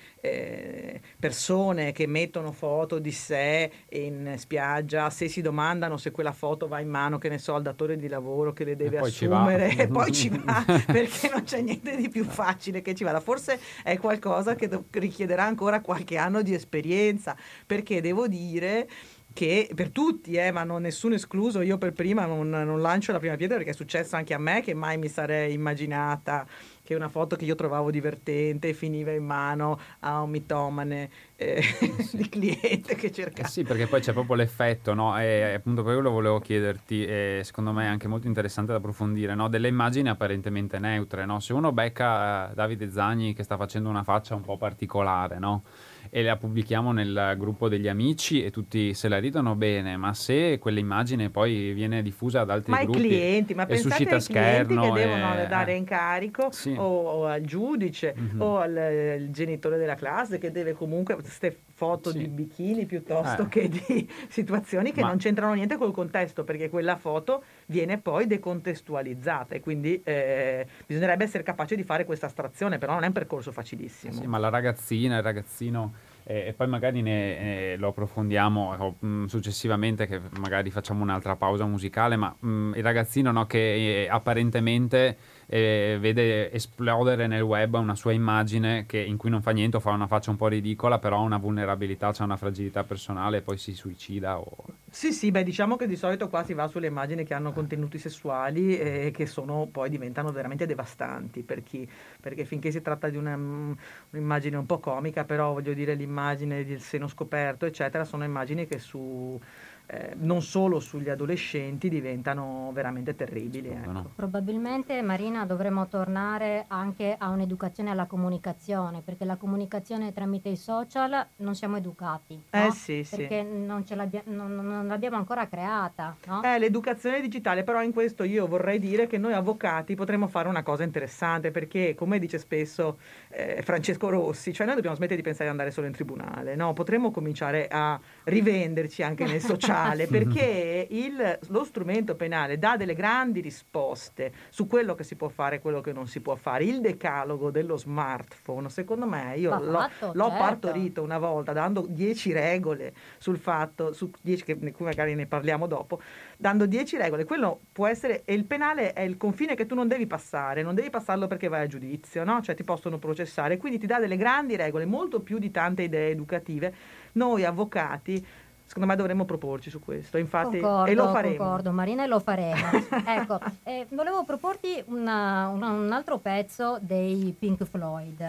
eh, persone che mettono foto di sé in spiaggia, se si domandano se quella foto va in mano, che ne so, al datore di lavoro che le deve poi ci va. assumere e poi ci va, perché non c'è niente di più facile che ci vada. Forse è qualcosa che do- richiederà ancora qualche anno di esperienza, perché devo dire che per tutti, eh, ma non nessuno escluso, io per prima non, non lancio la prima pietra, perché è successo anche a me che mai mi sarei immaginata che una foto che io trovavo divertente finiva in mano a un mitomane eh, di cliente che Eh cercava. sì, perché poi c'è proprio l'effetto, no? E appunto per quello volevo chiederti, e secondo me è anche molto interessante da approfondire, no? Delle immagini apparentemente neutre, no? Se uno becca eh, Davide Zagni che sta facendo una faccia un po' particolare, no? E la pubblichiamo nel gruppo degli amici e tutti se la ridono, bene, ma se quell'immagine poi viene diffusa ad altri Ma i gruppi clienti, ma e pensate suscita ai clienti scherno che devono e- dare eh, incarico sì. o, o al giudice Mhm. o al il genitore della classe che deve comunque queste foto Sì. di bikini piuttosto Eh. che di situazioni che Ma- non c'entrano niente col contesto, perché quella foto viene poi decontestualizzata e quindi eh, bisognerebbe essere capaci di fare questa astrazione, però non è un percorso facilissimo. Sì, ma la ragazzina, il ragazzino, eh, e poi magari ne, eh, lo approfondiamo o, mh, successivamente, che magari facciamo un'altra pausa musicale, ma mh, il ragazzino, no, che eh, apparentemente eh, vede esplodere nel web una sua immagine che, in cui non fa niente o fa una faccia un po' ridicola, però ha una vulnerabilità, c'ha una fragilità personale e poi si suicida o... Sì, sì, beh, diciamo che di solito qua si va sulle immagini che hanno contenuti sessuali e che sono poi diventano veramente devastanti per chi, perché finché si tratta di una, mm, un'immagine un po' comica, però voglio dire l'immagine del seno scoperto, eccetera, sono immagini che su eh, non solo sugli adolescenti diventano veramente terribili. Ecco. no? Probabilmente, Marina, dovremmo tornare anche a un'educazione alla comunicazione, perché la comunicazione tramite i social non siamo educati, no? Eh sì, sì. Perché non, ce l'abbia- non- non l'abbiamo ancora creata, no? Eh, l'educazione digitale, però in questo io vorrei dire che noi avvocati potremmo fare una cosa interessante, perché come dice spesso eh, Francesco Rossi, cioè noi dobbiamo smettere di pensare di andare solo in tribunale, no? Potremmo cominciare a rivenderci anche nel sociale, perché il- lo strumento penale dà delle grandi risposte su quello che si può fare e quello che non si può fare. Il decalogo dello smartphone, secondo me, io Va l'ho, fatto, l'ho certo. partorito una volta dando dieci regole sul fatto, su dieci che di cui magari ne parliamo dopo, dando dieci regole. Quello può essere, e il penale è il confine che tu non devi passare, non devi passarlo perché vai a giudizio, no? Cioè ti possono processare, quindi ti dà delle grandi regole, molto più di tante idee educative. Noi avvocati, secondo me, dovremmo proporci su questo, infatti, Concordo, e lo faremo. concordo, Marina, e lo faremo. Ecco, eh, volevo proporti una- una- un altro pezzo dei Pink Floyd,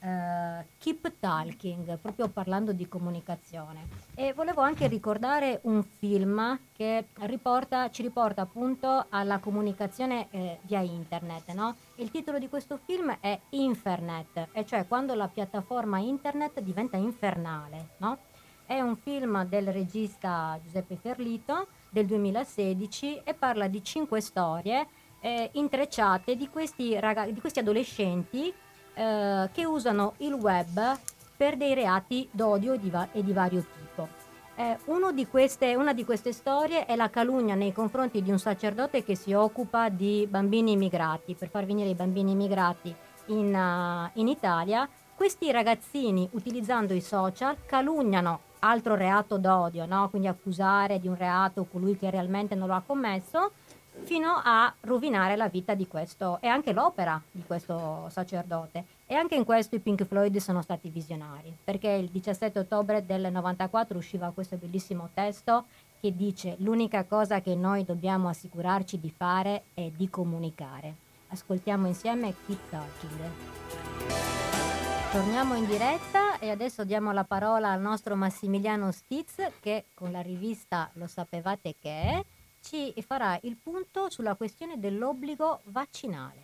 eh, Keep Talking, proprio parlando di comunicazione. E volevo anche ricordare un film che riporta, ci riporta appunto alla comunicazione eh, via internet, no? Il titolo di questo film è Infernet, e cioè quando la piattaforma internet diventa infernale, no? È un film del regista Giuseppe Ferlito del duemilasedici e parla di cinque storie eh, intrecciate di questi, raga- di questi adolescenti eh, che usano il web per dei reati d'odio di va- e di vario tipo. Eh, uno di queste, una di queste storie è la calunnia nei confronti di un sacerdote che si occupa di bambini immigrati, per far venire i bambini immigrati in, uh, in Italia. Questi ragazzini, utilizzando i social, calunniano, altro reato d'odio, no? Quindi accusare di un reato colui che realmente non lo ha commesso, fino a rovinare la vita di questo e anche l'opera di questo sacerdote. E anche in questo i Pink Floyd sono stati visionari, perché il diciassette ottobre del novantaquattro usciva questo bellissimo testo che dice: l'unica cosa che noi dobbiamo assicurarci di fare è di comunicare. Ascoltiamo insieme Keep Talking. Torniamo in diretta e adesso diamo la parola al nostro Massimiliano Stiz, che con la rivista Lo sapevate che è, ci farà il punto sulla questione dell'obbligo vaccinale.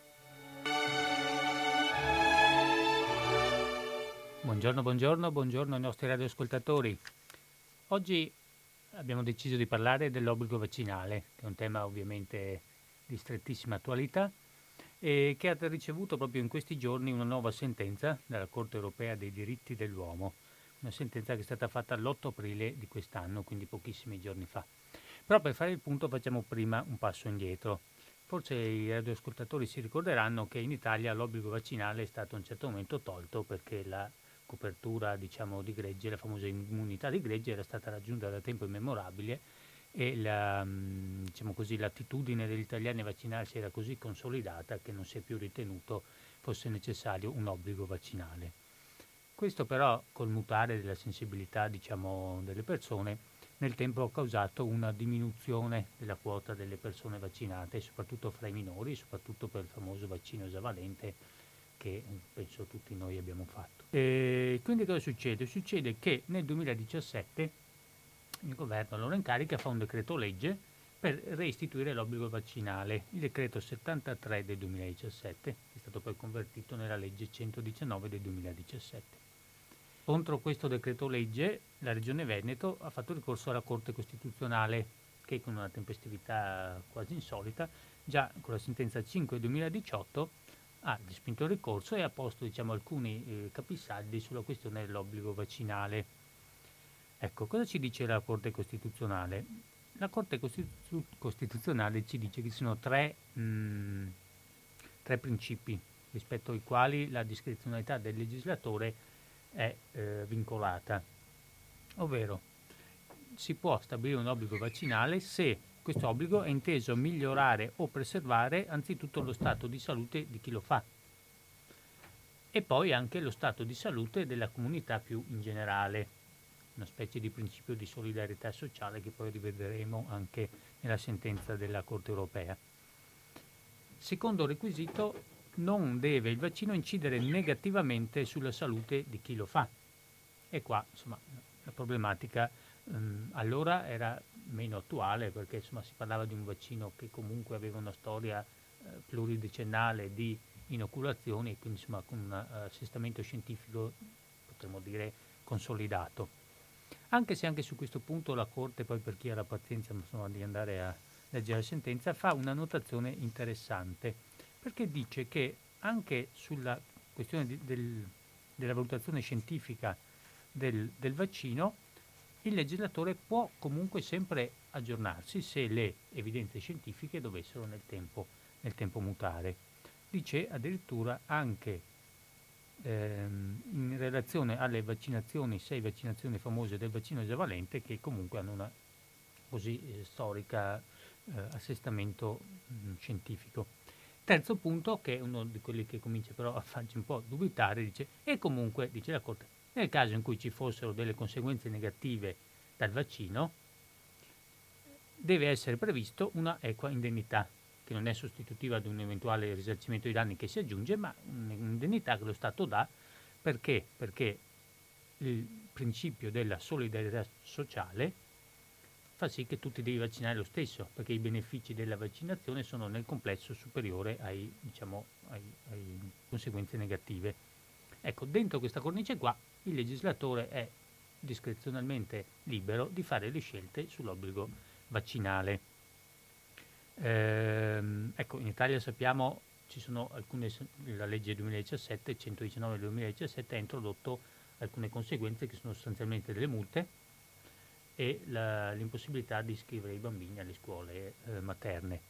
Buongiorno, buongiorno, buongiorno ai nostri radioascoltatori. Oggi abbiamo deciso di parlare dell'obbligo vaccinale, che è un tema ovviamente di strettissima attualità e che ha ricevuto proprio in questi giorni una nuova sentenza dalla Corte Europea dei diritti dell'uomo, una sentenza che è stata fatta l'otto aprile di quest'anno, quindi pochissimi giorni fa. Però per fare il punto facciamo prima un passo indietro. Forse i radioascoltatori si ricorderanno che in Italia l'obbligo vaccinale è stato a un certo momento tolto perché la copertura, diciamo, di gregge, la famosa immunità di gregge, era stata raggiunta da tempo immemorabile e la, diciamo così, l'attitudine degli italiani a vaccinarsi era così consolidata che non si è più ritenuto fosse necessario un obbligo vaccinale. Questo però, col mutare della sensibilità, diciamo, delle persone, nel tempo ha causato una diminuzione della quota delle persone vaccinate, soprattutto fra i minori, soprattutto per il famoso vaccino esavalente che penso tutti noi abbiamo fatto. E quindi cosa succede? Succede che nel duemiladiciassette il governo allora in carica fa un decreto legge per reistituire l'obbligo vaccinale, il decreto settantatré del duemiladiciassette, che è stato poi convertito nella legge centodiciannove del duemiladiciassette. Contro questo decreto legge la Regione Veneto ha fatto ricorso alla Corte Costituzionale che con una tempestività quasi insolita, già con la sentenza cinque duemiladiciotto ha respinto il ricorso e ha posto, diciamo, alcuni eh, capisaldi sulla questione dell'obbligo vaccinale. Ecco, cosa ci dice la Corte Costituzionale? La Corte Costitu- Costituzionale ci dice che ci sono tre, mh, tre principi rispetto ai quali la discrezionalità del legislatore è eh, vincolata, ovvero si può stabilire un obbligo vaccinale se questo obbligo è inteso a migliorare o preservare anzitutto lo stato di salute di chi lo fa e poi anche lo stato di salute della comunità più in generale, una specie di principio di solidarietà sociale che poi rivedremo anche nella sentenza della Corte Europea. Secondo requisito, non deve il vaccino incidere negativamente sulla salute di chi lo fa. E qua, insomma, la problematica ehm, allora era meno attuale perché insomma si parlava di un vaccino che comunque aveva una storia eh, pluridecennale di inoculazioni e quindi insomma con un uh, assestamento scientifico potremmo dire consolidato. Anche se anche su questo punto la Corte, poi per chi ha la pazienza insomma, di andare a leggere la sentenza, fa una notazione interessante perché dice che anche sulla questione di, del, della valutazione scientifica del, del vaccino il legislatore può comunque sempre aggiornarsi se le evidenze scientifiche dovessero nel tempo, nel tempo mutare. Dice addirittura anche ehm, in relazione alle vaccinazioni, sei vaccinazioni famose del vaccino esavalente che comunque hanno una così eh, storica eh, assestamento mh, scientifico. Terzo punto, che è uno di quelli che comincia però a farci un po' dubitare, dice, e comunque, dice la Corte, nel caso in cui ci fossero delle conseguenze negative dal vaccino, deve essere previsto una equa indennità, che non è sostitutiva di un eventuale risarcimento di danni che si aggiunge, ma un'indennità che lo Stato dà perché? Perché il principio della solidarietà sociale fa sì che tutti devi vaccinare lo stesso, perché i benefici della vaccinazione sono nel complesso superiore ai, diciamo, ai, ai conseguenze negative. Ecco, dentro questa cornice qua il legislatore è discrezionalmente libero di fare le scelte sull'obbligo vaccinale. Ehm, ecco, in Italia sappiamo ci sono alcune, la legge duemiladiciassette, centodiciannove del duemiladiciassette ha introdotto alcune conseguenze che sono sostanzialmente delle multe e la, l'impossibilità di iscrivere i bambini alle scuole eh, materne.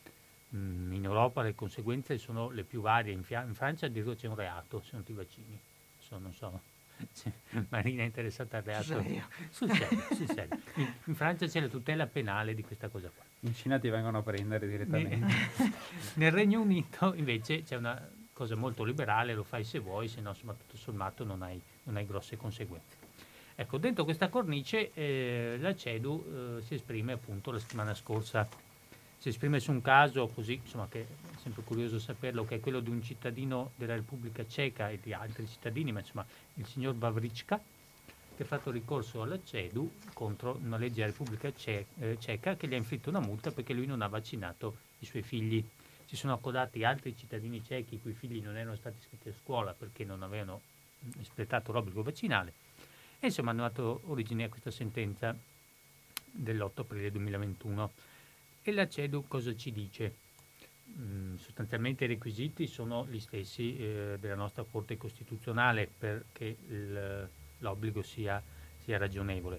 Mm, in Europa le conseguenze sono le più varie, in, Fia- in Francia addirittura c'è un reato se non ti vaccini. So, non so, c'è Marina è interessata al reato. Sul serio? Sul serio, sul serio. In, in Francia c'è la tutela penale di questa cosa qua. In Cina ti vengono a prendere direttamente. Ne- Nel Regno Unito invece c'è una cosa molto liberale, lo fai se vuoi, se no insomma tutto sommato non hai, non hai grosse conseguenze. Ecco, dentro questa cornice eh, la CEDU eh, si esprime appunto la settimana scorsa, si esprime su un caso così, insomma, che è sempre curioso saperlo, che è quello di un cittadino della Repubblica Ceca e di altri cittadini, ma insomma il signor Vavrička, che ha fatto ricorso alla CEDU contro una legge della Repubblica Ce- eh, Ceca che gli ha inflitto una multa perché lui non ha vaccinato i suoi figli. Si sono accodati altri cittadini cechi i cui figli non erano stati iscritti a scuola perché non avevano mh, espletato l'obbligo vaccinale e insomma hanno dato origine a questa sentenza dell'otto aprile duemilaventuno. E la CEDU cosa ci dice? Mm, sostanzialmente i requisiti sono gli stessi eh, della nostra Corte Costituzionale perché il, l'obbligo sia, sia ragionevole.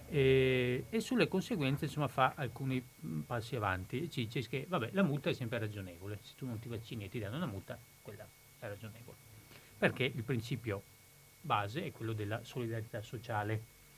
E, e sulle conseguenze insomma fa alcuni mm, passi avanti e ci dice che vabbè, la multa è sempre ragionevole, se tu non ti vaccini e ti danno una multa, quella è ragionevole. Perché il principio base è quello della solidarietà sociale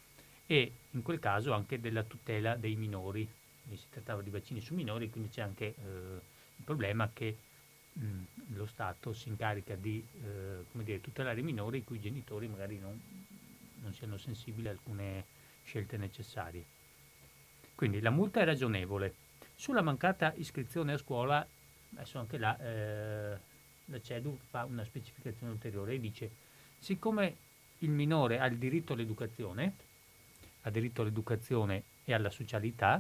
e in quel caso anche della tutela dei minori. Si trattava di vaccini su minori, quindi c'è anche eh, il problema che mh, lo Stato si incarica di eh, come dire, tutelare i minori i cui genitori magari non, non siano sensibili a alcune scelte necessarie. Quindi la multa è ragionevole. Sulla mancata iscrizione a scuola, adesso anche là eh, la CEDU fa una specificazione ulteriore e dice: siccome il minore ha il diritto all'educazione, ha diritto all'educazione e alla socialità,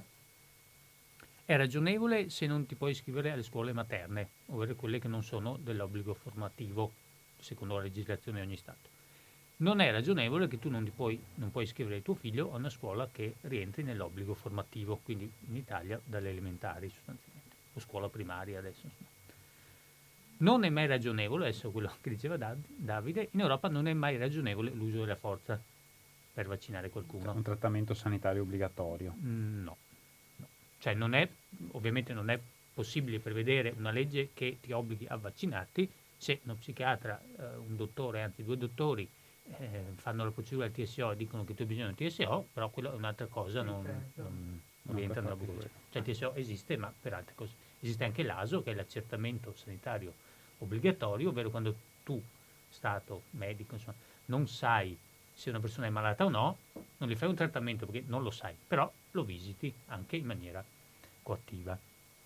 è ragionevole se non ti puoi iscrivere alle scuole materne, ovvero quelle che non sono dell'obbligo formativo, secondo la legislazione di ogni Stato. Non è ragionevole che tu non, ti puoi, non puoi iscrivere tuo figlio a una scuola che rientri nell'obbligo formativo, quindi in Italia dalle elementari sostanzialmente, o scuola primaria adesso. Insomma. Non è mai ragionevole, adesso quello che diceva Davide, in Europa non è mai ragionevole l'uso della forza per vaccinare qualcuno. Un trattamento sanitario obbligatorio. Mm, no. Cioè non è, ovviamente non è possibile prevedere una legge che ti obblighi a vaccinarti se uno psichiatra, eh, un dottore, anzi due dottori eh, fanno la procedura del T S O e dicono che tu hai bisogno del T S O, però quello è un'altra cosa, non, non, non rientra nella burocrazia. Cioè il T S O esiste ma per altre cose. Esiste anche l'A S O che è l'accertamento sanitario obbligatorio, ovvero quando tu, Stato, medico, insomma, non sai se una persona è malata o no, non gli fai un trattamento perché non lo sai, però lo visiti anche in maniera coattiva.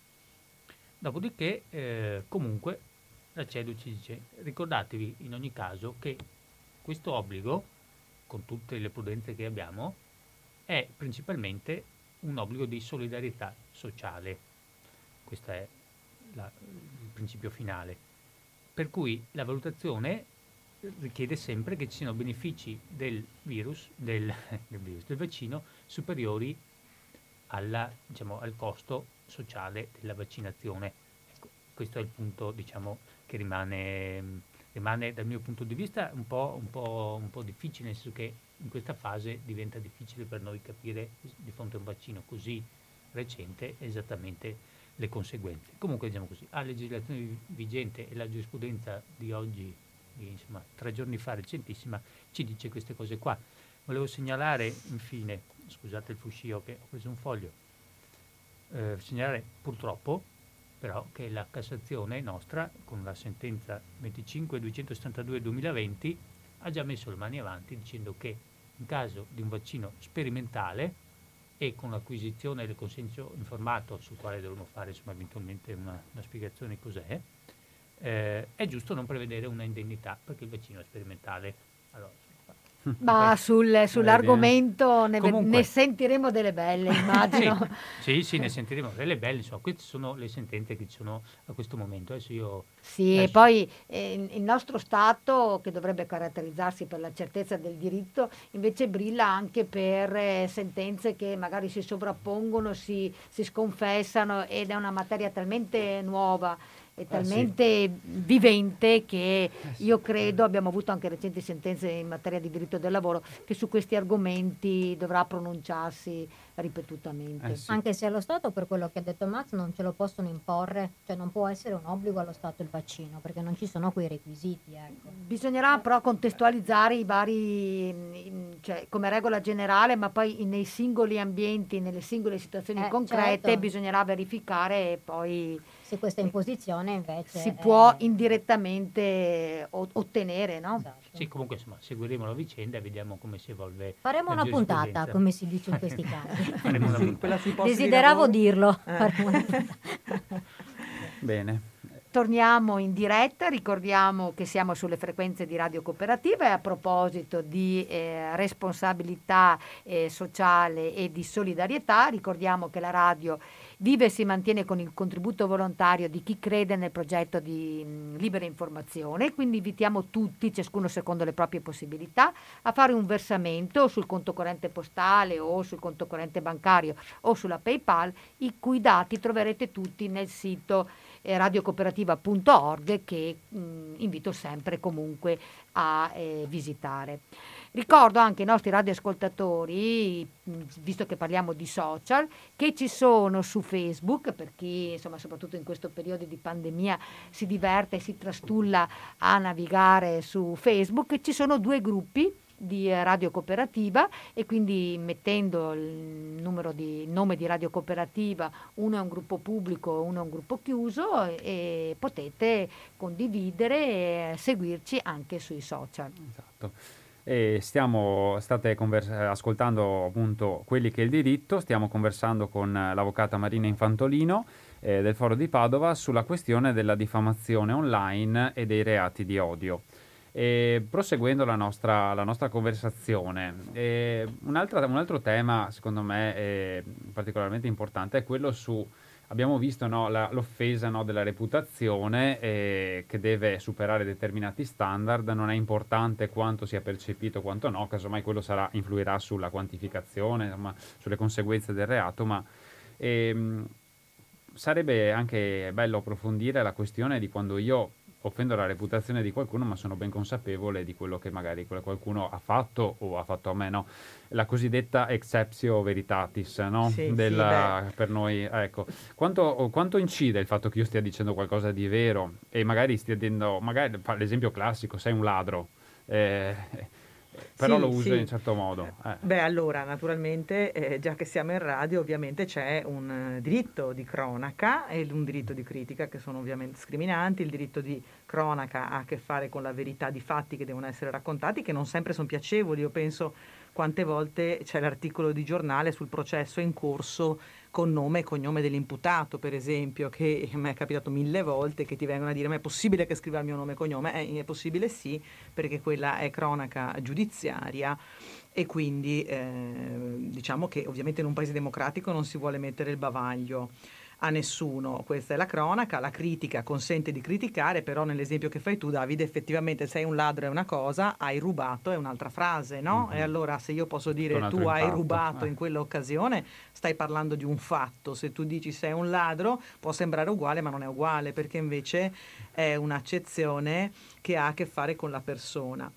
Dopodiché, eh, comunque, la CEDU ci dice: ricordatevi in ogni caso che questo obbligo, con tutte le prudenze che abbiamo, è principalmente un obbligo di solidarietà sociale. Questo è la, il principio finale. Per cui la valutazione richiede sempre che ci siano benefici del virus, del, del, virus, del vaccino superiori alla, diciamo, al costo sociale della vaccinazione. Ecco, questo è il punto, diciamo, che rimane, rimane dal mio punto di vista un po', un po', un po' difficile, nel senso che in questa fase diventa difficile per noi capire di fronte a un vaccino così recente esattamente le conseguenze. Comunque, diciamo così, la legislazione vigente e la giurisprudenza di oggi, di, insomma, tre giorni fa recentissima, ci dice queste cose qua. Volevo segnalare infine, scusate il fuscio che ho preso un foglio, eh, segnalare purtroppo però che la Cassazione nostra, con la sentenza venticinque duecentosettantadue duemilaventi, ha già messo le mani avanti dicendo che in caso di un vaccino sperimentale e con l'acquisizione del consenso informato, sul quale dovremo fare insomma, eventualmente una, una spiegazione di cos'è, eh, è giusto non prevedere una indennità perché il vaccino è sperimentale. Allora, Ma sul, sull'argomento ne, ve- Comunque. ne sentiremo delle belle, immagino. Sì, sì, ne sentiremo delle belle, insomma, queste sono le sentenze che ci sono a questo momento. Adesso io Sì, e adesso- poi eh, il nostro Stato, che dovrebbe caratterizzarsi per la certezza del diritto, invece brilla anche per eh, sentenze che magari si sovrappongono, si, si sconfessano, ed è una materia talmente nuova e talmente vivente che io credo, abbiamo avuto anche recenti sentenze in materia di diritto del lavoro, che su questi argomenti dovrà pronunciarsi ripetutamente. Eh sì. Anche se allo Stato, per quello che ha detto Max, non ce lo possono imporre, cioè non può essere un obbligo allo Stato il vaccino, perché non ci sono quei requisiti, ecco. Bisognerà però contestualizzare i vari, in- cioè come regola generale, ma poi nei singoli ambienti, nelle singole situazioni Eh, concrete, certo. bisognerà verificare e poi Se questa imposizione invece si è- può indirettamente o- ottenere, no? Esatto. Sì, comunque insomma, seguiremo la vicenda e vediamo come si evolve. Faremo la una puntata, giurisprudenza. come si dice in questi casi. Faremo una Sì, puntata. quella sui posti di Desideravo lavoro. dirlo. Eh. Faremo una puntata. Bene. Torniamo in diretta, ricordiamo che siamo sulle frequenze di Radio Cooperativa, e a proposito di eh, responsabilità eh, sociale e di solidarietà, ricordiamo che la radio vive e si mantiene con il contributo volontario di chi crede nel progetto di mh, libera informazione, quindi invitiamo tutti, ciascuno secondo le proprie possibilità, a fare un versamento sul conto corrente postale o sul conto corrente bancario o sulla PayPal, i cui dati troverete tutti nel sito eh, radiocooperativa punto org, che mh, invito sempre comunque a eh, visitare. Ricordo anche ai nostri radioascoltatori, mh, visto che parliamo di social, che ci sono su Facebook, per chi insomma soprattutto in questo periodo di pandemia si diverte e si trastulla a navigare su Facebook, ci sono due gruppi di eh, Radio Cooperativa, e quindi mettendo il numero di il nome di Radio Cooperativa, uno è un gruppo pubblico, uno è un gruppo chiuso, e, e potete condividere e seguirci anche sui social. Esatto. E stiamo, state convers- ascoltando appunto Quelli che è il diritto, stiamo conversando con l'avvocata Marina Infantolino eh, del Foro di Padova sulla questione della diffamazione online e dei reati di odio. E proseguendo la nostra, la nostra conversazione, eh, un'altra- un altro tema secondo me eh, particolarmente importante è quello su, abbiamo visto, no, la- l'offesa, no, della reputazione eh, che deve superare determinati standard. Non è importante quanto sia percepito, quanto no, casomai quello sarà, influirà sulla quantificazione, insomma, sulle conseguenze del reato, ma ehm, sarebbe anche bello approfondire la questione di quando io offendo la reputazione di qualcuno, ma sono ben consapevole di quello che magari quel qualcuno ha fatto o ha fatto a me, no? La cosiddetta exceptio veritatis, no? Sì, Della- sì, per noi, ecco. Quanto, quanto incide il fatto che io stia dicendo qualcosa di vero e magari stia dicendo, magari fa l'esempio classico, sei un ladro, eh, però Sì, lo uso sì. in certo modo. eh. Beh, allora, naturalmente, eh, già che siamo in radio, ovviamente c'è un eh, diritto di cronaca e un diritto di critica, che sono ovviamente scriminanti. Il diritto di cronaca ha a che fare con la verità di fatti che devono essere raccontati, che non sempre sono piacevoli. Io penso quante volte c'è l'articolo di giornale sul processo in corso con nome e cognome dell'imputato, per esempio, che a me è capitato mille volte che ti vengono a dire: ma è possibile che scriva il mio nome e cognome? Eh, è possibile, sì, perché quella è cronaca giudiziaria, e quindi eh, diciamo che ovviamente in un paese democratico non si vuole mettere il bavaglio a nessuno. Questa è la cronaca. La critica consente di criticare, però nell'esempio che fai tu, Davide, effettivamente sei un ladro è una cosa, hai rubato è un'altra frase, no? Mhm. E allora, se io posso dire Un altro tu hai impatto. rubato Eh. in quell'occasione, stai parlando di un fatto. Se tu dici sei un ladro, può sembrare uguale, ma non è uguale, perché invece è un'accezione che ha a che fare con la persona.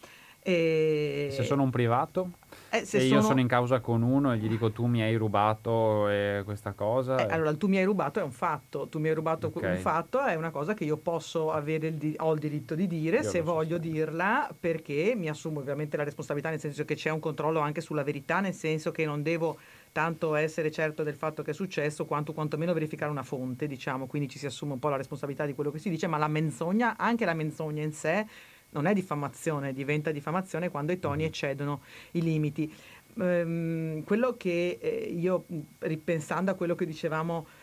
E Se sono un privato eh, se e io sono- sono in causa con uno e gli dico tu mi hai rubato eh, questa cosa, Eh, allora, il tu mi hai rubato è un fatto, tu mi hai rubato Ok. un fatto è una cosa che io posso avere il di- ho il diritto di dire, Io se lo voglio sostengo. dirla, perché mi assumo ovviamente la responsabilità, nel senso che c'è un controllo anche sulla verità, nel senso che non devo tanto essere certo del fatto che è successo, quanto quantomeno verificare una fonte, diciamo, quindi ci si assume un po' la responsabilità di quello che si dice, ma la menzogna, anche la menzogna in sé, non è diffamazione, diventa diffamazione quando i toni Mhm. eccedono i limiti. Ehm, quello che eh, io, mh, ripensando a quello che dicevamo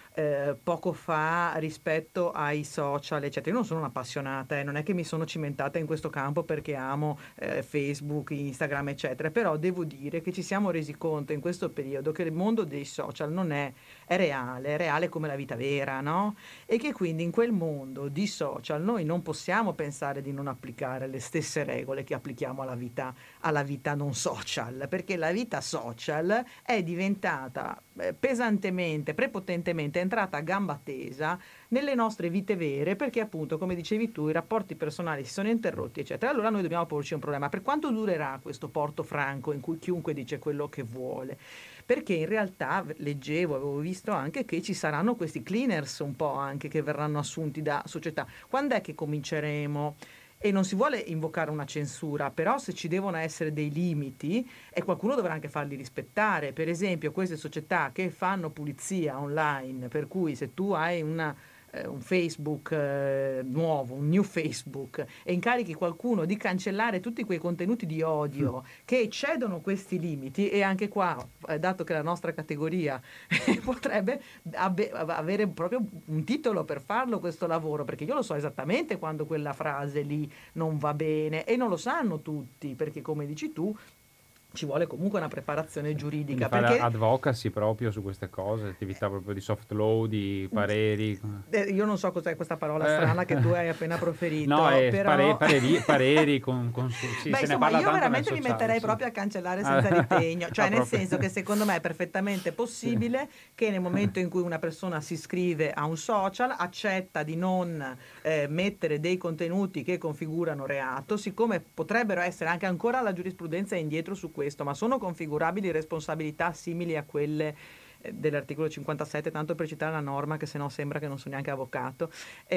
eh, poco fa rispetto ai social, eccetera. Io non sono un'appassionata, eh, non è che mi sono cimentata in questo campo perché amo eh, Facebook, Instagram, eccetera, però devo dire che ci siamo resi conto in questo periodo che il mondo dei social non è, è reale, è reale come la vita vera, no? E che quindi in quel mondo di social noi non possiamo pensare di non applicare le stesse regole che applichiamo alla vita, alla vita non social, perché la vita social è diventata eh, pesantemente, prepotentemente è entrata a gamba tesa nelle nostre vite vere, perché appunto, come dicevi tu, i rapporti personali si sono interrotti, eccetera. Allora noi dobbiamo porci un problema: per quanto durerà questo porto franco in cui chiunque dice quello che vuole? Perché in realtà leggevo, avevo visto anche che ci saranno questi cleaners un po' anche che verranno assunti da società. Quando è che cominceremo? E non si vuole invocare una censura, però se ci devono essere dei limiti, e qualcuno dovrà anche farli rispettare. Per esempio queste società che fanno pulizia online, per cui se tu hai una, eh, un Facebook eh, nuovo, un new Facebook, e incarichi qualcuno di cancellare tutti quei contenuti di odio mm. che eccedono questi limiti, e anche qua, eh, dato che la nostra categoria potrebbe abbe- avere proprio un titolo per farlo questo lavoro, perché io lo so esattamente quando quella frase lì non va bene, e non lo sanno tutti, perché come dici tu ci vuole comunque una preparazione giuridica. Quindi perché fare advocacy proprio su queste cose, attività proprio di soft law, di pareri. Eh, io non so cos'è questa parola strana che tu hai appena proferito. No, è però... pare, pareri, pareri con, con sì, Beh, se insomma, ne parla io tanto veramente nel mi sociale, metterei sì. proprio a cancellare senza ritegno, cioè Ah, nel proprio. senso che secondo me è perfettamente possibile sì. che nel momento in cui una persona si iscrive a un social, accetta di non eh, mettere dei contenuti che configurano reato, siccome potrebbero essere anche ancora la giurisprudenza è indietro su questo, ma sono configurabili responsabilità simili a quelle dell'articolo cinquantasette, tanto per citare la norma, che sennò sembra che non sono neanche avvocato.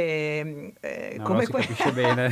Eh, eh, no, come no, si que- capisce bene.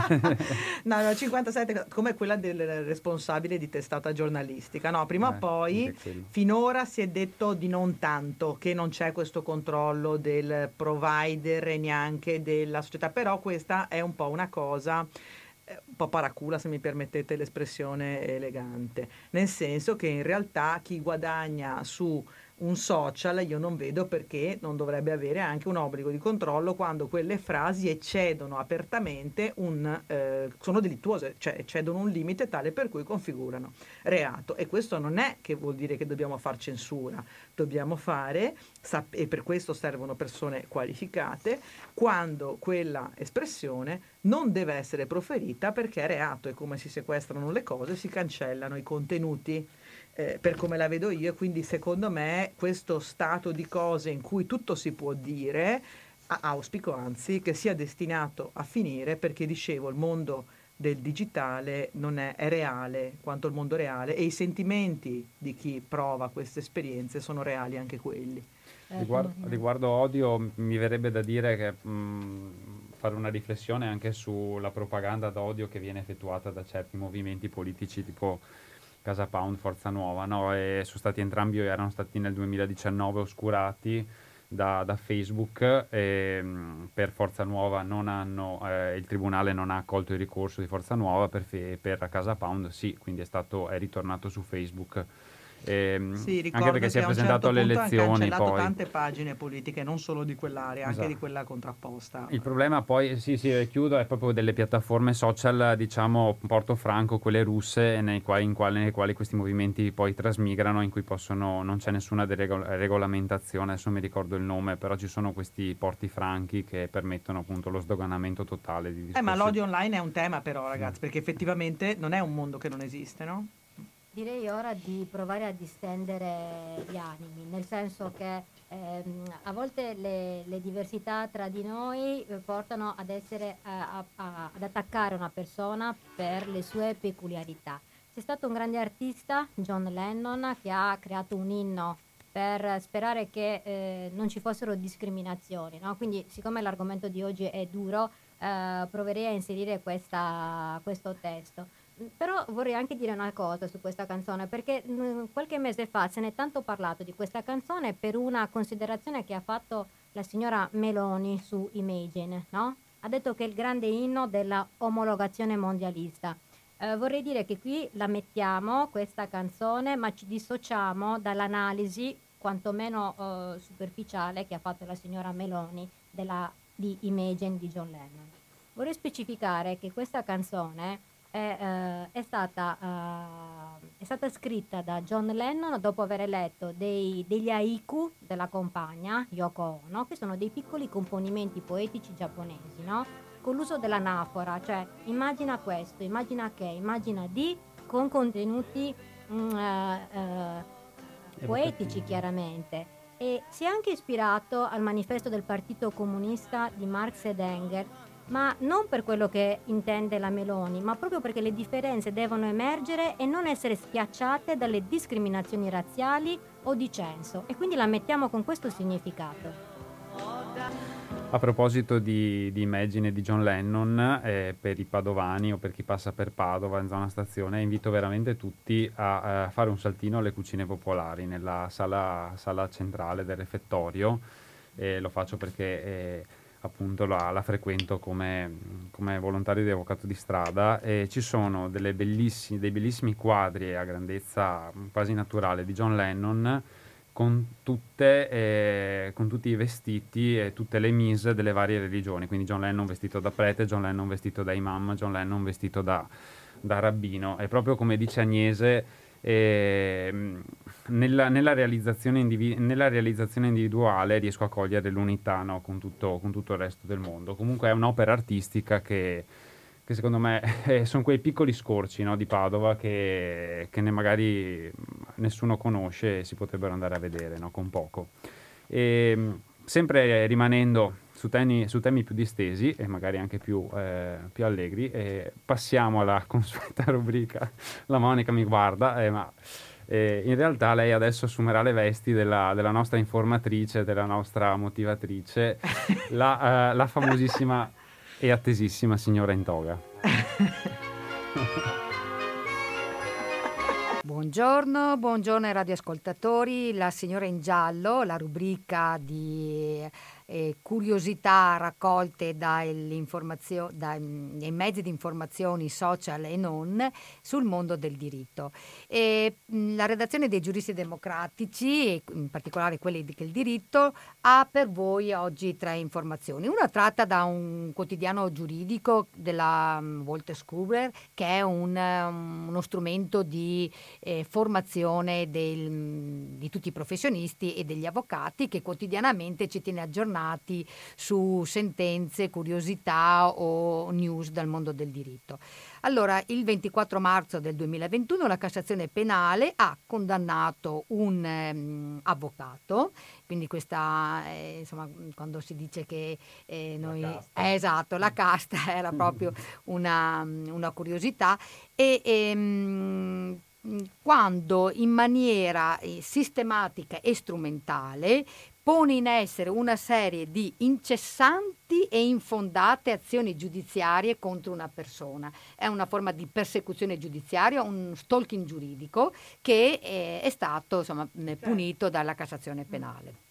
no, no, cinquantasette come quella del responsabile di testata giornalistica. No, prima o Eh, poi finora si è detto di non tanto, che non c'è questo controllo del provider e neanche della società, però questa è un po' una cosa un po' paracula, se mi permettete l'espressione elegante, nel senso che in realtà chi guadagna su un social io non vedo perché non dovrebbe avere anche un obbligo di controllo quando quelle frasi eccedono apertamente un eh, sono delittuose, cioè eccedono un limite tale per cui configurano reato. E questo non è che vuol dire che dobbiamo far censura, dobbiamo fare, e per questo servono persone qualificate, quando quella espressione non deve essere proferita perché è reato, e come si sequestrano le cose si cancellano i contenuti. Eh, per come la vedo io, e quindi secondo me questo stato di cose in cui tutto si può dire, auspico anzi che sia destinato a finire, perché dicevo il mondo del digitale non è, è reale quanto il mondo reale, e i sentimenti di chi prova queste esperienze sono reali anche quelli. Riguardo, riguardo odio mi verrebbe da dire che mh, fare una riflessione anche sulla propaganda d'odio che viene effettuata da certi movimenti politici tipo Casa Pound, Forza Nuova, no? E sono stati entrambi, erano stati nel duemiladiciannove oscurati da, da Facebook, e mh, per Forza Nuova non hanno, eh, il tribunale non ha accolto il ricorso di Forza Nuova, per, fe, per Casa Pound sì, quindi è, stato, è ritornato su Facebook. Ehm, sì, anche perché si è presentato alle elezioni, hanno cancellato poi tante pagine politiche, non solo di quell'area, esatto. anche di quella contrapposta. Il problema poi, sì sì, chiudo, è proprio delle piattaforme social, diciamo, porto franco, quelle russe, nei quali, in quali, nei quali questi movimenti poi trasmigrano, in cui possono, non c'è nessuna deregol- regolamentazione, adesso mi ricordo il nome, però ci sono questi porti franchi che permettono appunto lo sdoganamento totale di discorsi. Eh, ma l'odio online è un tema però, ragazzi, perché effettivamente non è un mondo che non esiste, no? Direi ora di provare a distendere gli animi, nel senso che ehm, a volte le, le diversità tra di noi eh, portano ad essere a, a, ad attaccare una persona per le sue peculiarità. C'è stato un grande artista, John Lennon, che ha creato un inno per sperare che eh, non ci fossero discriminazioni, no? Quindi, siccome l'argomento di oggi è duro, eh, proverei a inserire questa, questo testo. Però vorrei anche dire una cosa su questa canzone, perché mh, qualche mese fa se ne è tanto parlato di questa canzone per una considerazione che ha fatto la signora Meloni su Imagine, no? Ha detto che è il grande inno della omologazione mondialista. Eh, vorrei dire che qui la mettiamo, questa canzone, ma ci dissociamo dall'analisi quantomeno eh, superficiale che ha fatto la signora Meloni della, di Imagine di John Lennon. Vorrei specificare che questa canzone è, eh, è, stata, eh, è stata scritta da John Lennon dopo aver letto dei, degli haiku della compagna Yoko Ono, che sono dei piccoli componimenti poetici giapponesi, no? Con l'uso dell'anafora, cioè immagina questo, immagina che, immagina di, con contenuti mm, eh, eh, poetici chiaramente. E si è anche ispirato al manifesto del Partito Comunista di Marx ed Engels, ma non per quello che intende la Meloni, ma proprio perché le differenze devono emergere e non essere schiacciate dalle discriminazioni razziali o di censo, e quindi la mettiamo con questo significato. A proposito di, di Imagine di John Lennon, eh, per i padovani o per chi passa per Padova in zona stazione, invito veramente tutti a, a fare un saltino alle Cucine Popolari nella sala, sala centrale del refettorio. Eh, lo faccio perché eh, appunto la, la frequento come, come volontario di avvocato di strada, e ci sono delle bellissimi, dei bellissimi quadri a grandezza quasi naturale di John Lennon con tutte eh, con tutti i vestiti e tutte le mise delle varie religioni, quindi John Lennon vestito da prete, John Lennon vestito da imam, John Lennon vestito da, da rabbino. È proprio come dice Agnese, eh, nella, nella, realizzazione individu- nella realizzazione individuale riesco a cogliere l'unità, no, con, tutto, con tutto il resto del mondo. Comunque è un'opera artistica che che secondo me eh, sono quei piccoli scorci, no, di Padova che, che ne magari nessuno conosce e si potrebbero andare a vedere, no, con poco. E, sempre rimanendo su temi, su temi più distesi e magari anche più, eh, più allegri, eh, passiamo alla consueta rubrica. La Monica mi guarda, eh, ma eh, in realtà lei adesso assumerà le vesti della, della nostra informatrice, della nostra motivatrice, la, eh, la famosissima e attesissima signora in toga. Buongiorno, buongiorno ai radioascoltatori. La signora in giallo, la rubrica di eh, curiosità raccolte dai mezzi di informazioni social e non sul mondo del diritto. E, mh, la redazione dei Giuristi Democratici, e in particolare quelli del diritto, ha per voi oggi tre informazioni. Una tratta da un quotidiano giuridico della um, Wolters Kluwer, che è un, um, uno strumento di eh, formazione del, di tutti i professionisti e degli avvocati, che quotidianamente ci tiene aggiornati su sentenze, curiosità o news dal mondo del diritto. Allora, il ventiquattro marzo del duemilaventuno la Cassazione Penale ha condannato un um, avvocato, quindi questa, eh, insomma, quando si dice che eh, noi... Eh, esatto, la casta era proprio una, una curiosità, e... e um, quando in maniera eh, sistematica e strumentale pone in essere una serie di incessanti e infondate azioni giudiziarie contro una persona. È una forma di persecuzione giudiziaria, un stalking giuridico che eh, è stato, insomma, punito dalla Cassazione Penale.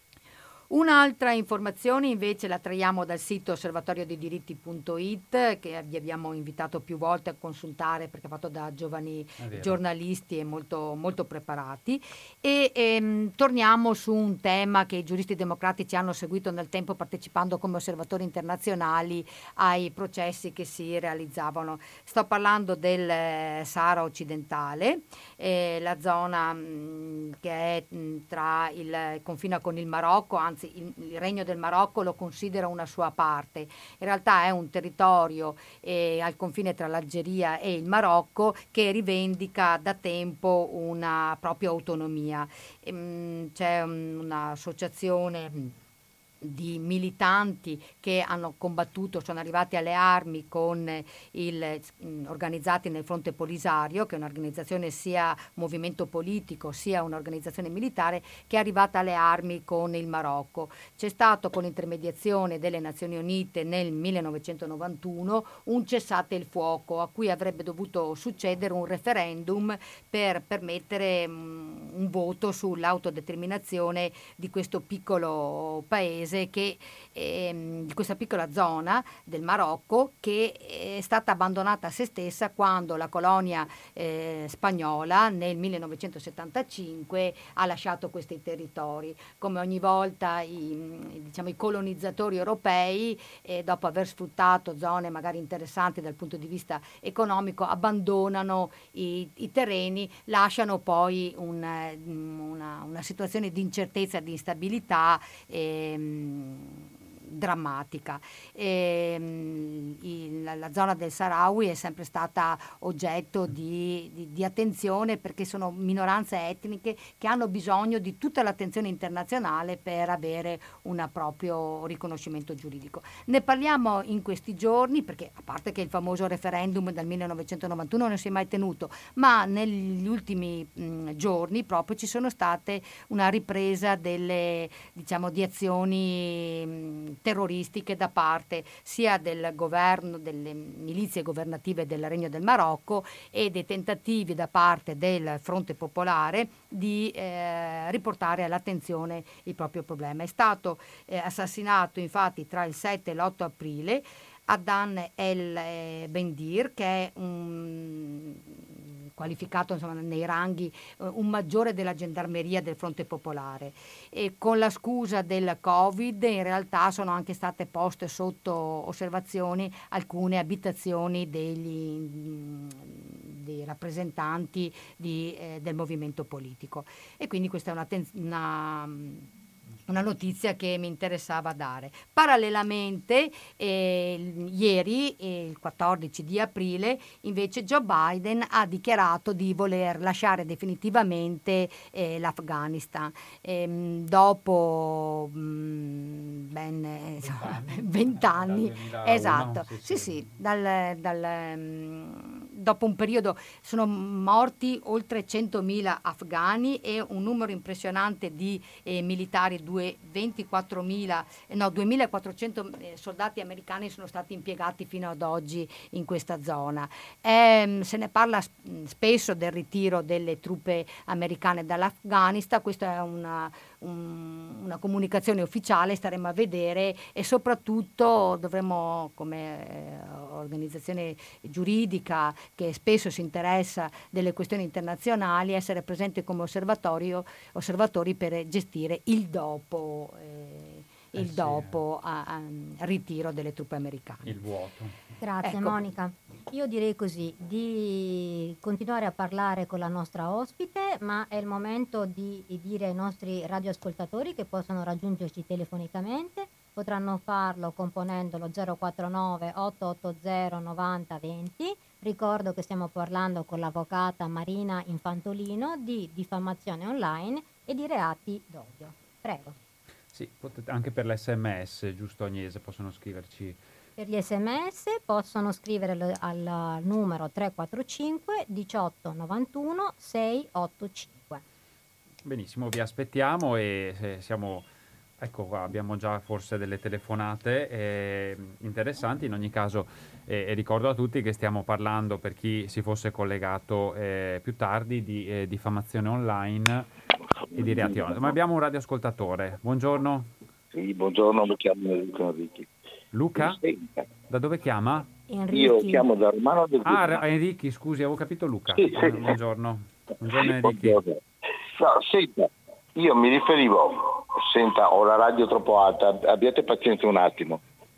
Un'altra informazione invece la traiamo dal sito osservatorio dei diritti punto it, che vi abbiamo invitato più volte a consultare perché è fatto da giovani giornalisti e molto, molto preparati, e ehm, torniamo su un tema che i giuristi democratici hanno seguito nel tempo partecipando come osservatori internazionali ai processi che si realizzavano. Sto parlando del eh, Sahara occidentale, eh, la zona mh, che è mh, tra il confina con il Marocco, anzi il, il Regno del Marocco lo considera una sua parte. In realtà è un territorio eh, al confine tra l'Algeria e il Marocco che rivendica da tempo una propria autonomia. E, mh, c'è um, un'associazione di militanti che hanno combattuto, sono arrivati alle armi con il, organizzati nel Fronte Polisario, che è un'organizzazione sia movimento politico sia un'organizzazione militare, che è arrivata alle armi con il Marocco. C'è stato, con intermediazione delle Nazioni Unite nel millenovecentonovantuno, un cessate il fuoco a cui avrebbe dovuto succedere un referendum per permettere um, un voto sull'autodeterminazione di questo piccolo paese paese che ehm, di questa piccola zona del Marocco che è stata abbandonata a se stessa quando la colonia eh, spagnola nel millenovecentosettantacinque ha lasciato questi territori. Come ogni volta i, diciamo, i colonizzatori europei eh, dopo aver sfruttato zone magari interessanti dal punto di vista economico abbandonano i, i terreni, lasciano poi un, una, una situazione di incertezza, di instabilità ehm, drammatica. E, il, la, la zona del Sahrawi è sempre stata oggetto di, di, di attenzione perché sono minoranze etniche che hanno bisogno di tutta l'attenzione internazionale per avere un proprio riconoscimento giuridico. Ne parliamo in questi giorni perché, a parte che il famoso referendum del millenovecentonovantuno non si è mai tenuto, ma negli ultimi mh, giorni proprio ci sono state una ripresa delle, diciamo, di azioni mh, terroristiche da parte sia del governo, delle milizie governative del Regno del Marocco e dei tentativi da parte del Fronte Popolare di eh, riportare all'attenzione il proprio problema. È stato eh, assassinato infatti tra il sette e l'otto aprile Adnan El Bendir, che è un qualificato insomma, nei ranghi un maggiore della gendarmeria del Fronte Popolare, e con la scusa del Covid in realtà sono anche state poste sotto osservazioni alcune abitazioni degli, dei rappresentanti di, eh, del movimento politico, e quindi questa è una, una una notizia che mi interessava dare. Parallelamente, eh, ieri, eh, il quattordici di aprile, invece Joe Biden ha dichiarato di voler lasciare definitivamente eh, l'Afghanistan. Ehm, dopo mh, ben vent'anni, esatto, sì, sì, sì, dal, dal, mh, dopo un periodo sono morti oltre centomila afghani e un numero impressionante di eh, militari, due ventiquattromila, no, duemilaquattrocento soldati americani sono stati impiegati fino ad oggi in questa zona. Eh, se ne parla spesso del ritiro delle truppe americane dall'Afghanistan, questa è una, un, una comunicazione ufficiale, staremo a vedere, e soprattutto dovremo, come eh, organizzazione giuridica che spesso si interessa delle questioni internazionali, essere presenti come osservatorio, osservatori per gestire il dopo Eh, il eh sì, dopo a, a, ritiro delle truppe americane. Il vuoto. Grazie, ecco. Monica. Io direi così, di continuare a parlare con la nostra ospite, ma è il momento di, di dire ai nostri radioascoltatori che possono raggiungerci telefonicamente, potranno farlo componendo lo zero quattro nove otto otto zero novanta venti. Ricordo che stiamo parlando con l'avvocata Marina Infantolino di diffamazione online e di reati d'odio. Prego. Sì, potete, anche per l'esse emme esse, giusto Agnese, possono scriverci. Per gli sms possono scrivere al numero tre quattro cinque diciotto novantuno seicentoottantacinque. Benissimo, vi aspettiamo e se siamo, ecco qua, abbiamo già forse delle telefonate eh, interessanti. In ogni caso eh, ricordo a tutti che stiamo parlando, per chi si fosse collegato eh, più tardi, di eh, diffamazione online e di reati online. Ma abbiamo un radioascoltatore. Buongiorno. Sì, buongiorno, mi chiamo Enrico. Luca? Da dove chiama? Enrichi. Io chiamo da Romano del Ah, Enrichi, scusi, avevo capito Luca. Sì, sì. Buongiorno. Buongiorno Enrichi. Buongiorno. No, senta, io mi riferivo, senta, ho la radio troppo alta, abbiate pazienza un attimo.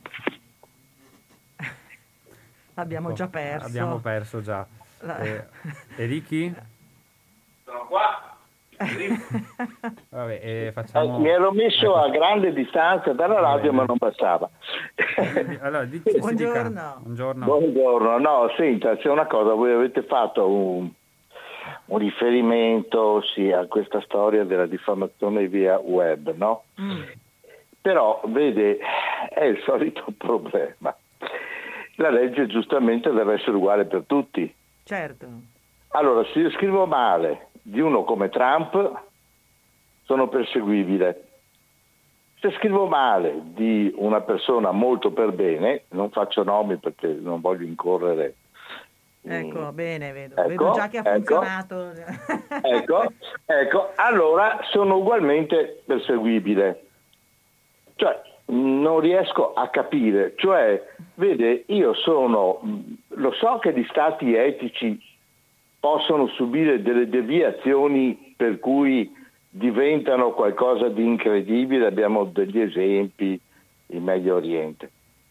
L'abbiamo ecco, già perso. Abbiamo perso già. La... Eh, Enrichi? Sono qua. Vabbè, eh, facciamo... eh, mi ero messo ecco. a grande distanza dalla radio, eh, ma non bastava. Allora, dici, buongiorno. Dica. Buongiorno. Buongiorno. No, senta, c'è una cosa, voi avete fatto un, un riferimento sì, a questa storia della diffamazione via web, no? Mm. Però, vede, è il solito problema. La legge giustamente deve essere uguale per tutti. Certo. Allora, se io scrivo male di uno come Trump, sono perseguibile. Se scrivo male di una persona molto per bene, non faccio nomi perché non voglio incorrere. Ecco, mm. bene, vedo. Ecco, vedo già che ha ecco, funzionato. Ecco, ecco, allora sono ugualmente perseguibile. Cioè, non riesco a capire, cioè, vede, io sono, lo so che gli stati etici possono subire delle deviazioni per cui diventano qualcosa di incredibile, abbiamo degli esempi in Medio Oriente,